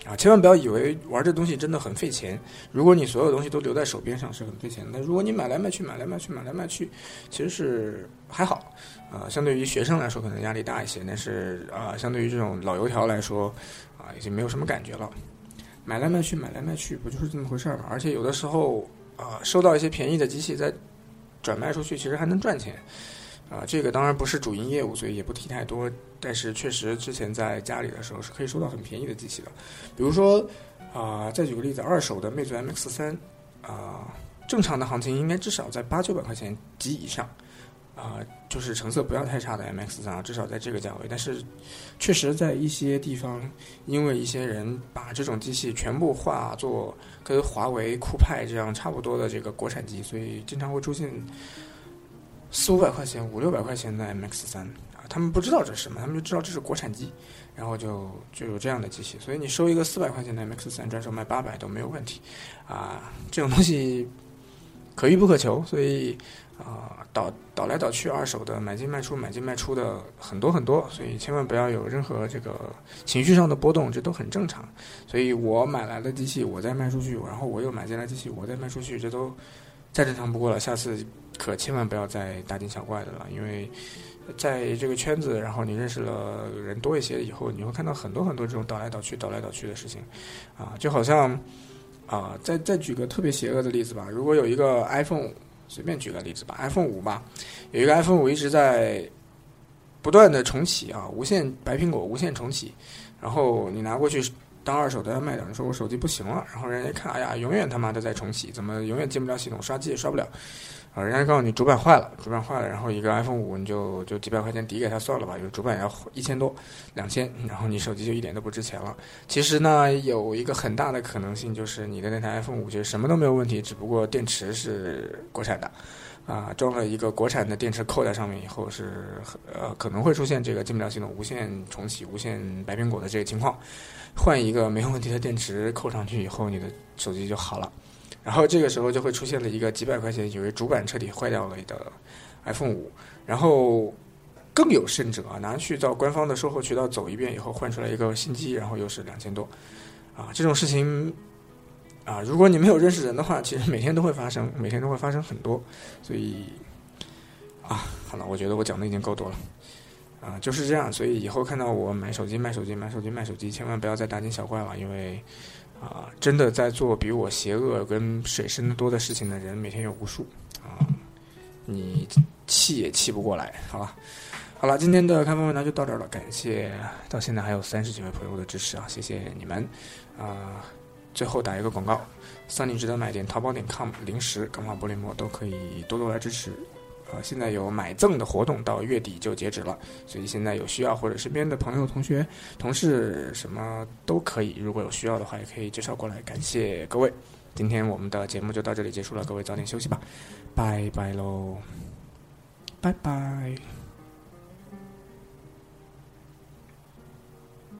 啊，千万不要以为玩这东西真的很费钱。如果你所有东西都留在手边上是很费钱的，如果你买来卖去买来卖去买来卖去，其实是还好。啊、呃，相对于学生来说可能压力大一些，但是啊、呃，相对于这种老油条来说啊、呃，已经没有什么感觉了。买来卖去买来卖去不就是这么回事儿吗？而且有的时候啊、呃，收到一些便宜的机器再转卖出去，其实还能赚钱。啊、呃，这个当然不是主营业务，所以也不提太多。但是确实，之前在家里的时候是可以收到很便宜的机器的。比如说，啊、呃，再举个例子，二手的魅族 M X 三，啊，正常的行情应该至少在八九百块钱及以上，啊、呃，就是成色不要太差的 M X 三啊，至少在这个价位。但是，确实在一些地方，因为一些人把这种机器全部化作跟华为、酷派这样差不多的这个国产机，所以经常会出现四五百块钱、五六百块钱的 M X 三啊，他们不知道这是什么，他们就知道这是国产机，然后就就有这样的机器，所以你收一个四百块钱的 M X 三，转手卖八百都没有问题，啊，这种东西可遇不可求，所以啊，倒倒来倒去，二手的买进卖出、买进卖出的很多很多，所以千万不要有任何这个情绪上的波动，这都很正常。所以我买来的机器，我再卖出去，然后我又买进来机器，我再卖出去，这都再正常不过了。下次可千万不要再大惊小怪的了，因为在这个圈子，然后你认识了人多一些以后，你会看到很多很多这种倒来倒去、倒来倒去的事情，啊，就好像啊，再再举个特别邪恶的例子吧，如果有一个 iPhone， 随便举个例子吧 ，iPhone 五吧，有一个 iPhone 五一直在不断的重启啊，无限白苹果无限重启，然后你拿过去当二手的要卖掉，你说我手机不行了，然后人家一看，哎呀，永远他妈的在重启，怎么永远进不了系统，刷机也刷不了。啊，人家告诉你主板坏了，主板坏了，然后一个 iPhone 五你就就几百块钱抵给他算了吧，有主板要一千多、两千，然后你手机就一点都不值钱了。其实呢，有一个很大的可能性就是你的那台 iPhone 五其实什么都没有问题，只不过电池是国产的，啊，装了一个国产的电池扣在上面以后是呃可能会出现这个进不了系统、无限重启、无限白苹果的这个情况。换一个没有问题的电池扣上去以后，你的手机就好了。然后这个时候就会出现了一个几百块钱以为主板彻底坏掉了的 iPhone 五，然后更有甚者啊，拿去到官方的售后渠道走一遍以后换出来一个新机，然后又是两千多，啊，这种事情啊，如果你没有认识人的话，其实每天都会发生，每天都会发生很多，所以啊，好了，我觉得我讲的已经够多了。啊，就是这样，所以以后看到我买手机、卖手机、买手机、卖手机，千万不要再大惊小怪了，因为啊，真的在做比我邪恶跟水深的多的事情的人，每天有无数啊，你气也气不过来，好吧？好了，今天的开放问答就到这儿了，感谢到现在还有三十几位朋友的支持啊，谢谢你们啊！最后打一个广告，三零值得买点淘宝点 com 零食、钢化玻璃膜都可以多多来支持。呃，现在有买赠的活动，到月底就截止了，所以现在有需要或者身边的朋友、同学、同事什么都可以，如果有需要的话，也可以介绍过来。感谢各位，今天我们的节目就到这里结束了，各位早点休息吧，拜拜喽，拜拜。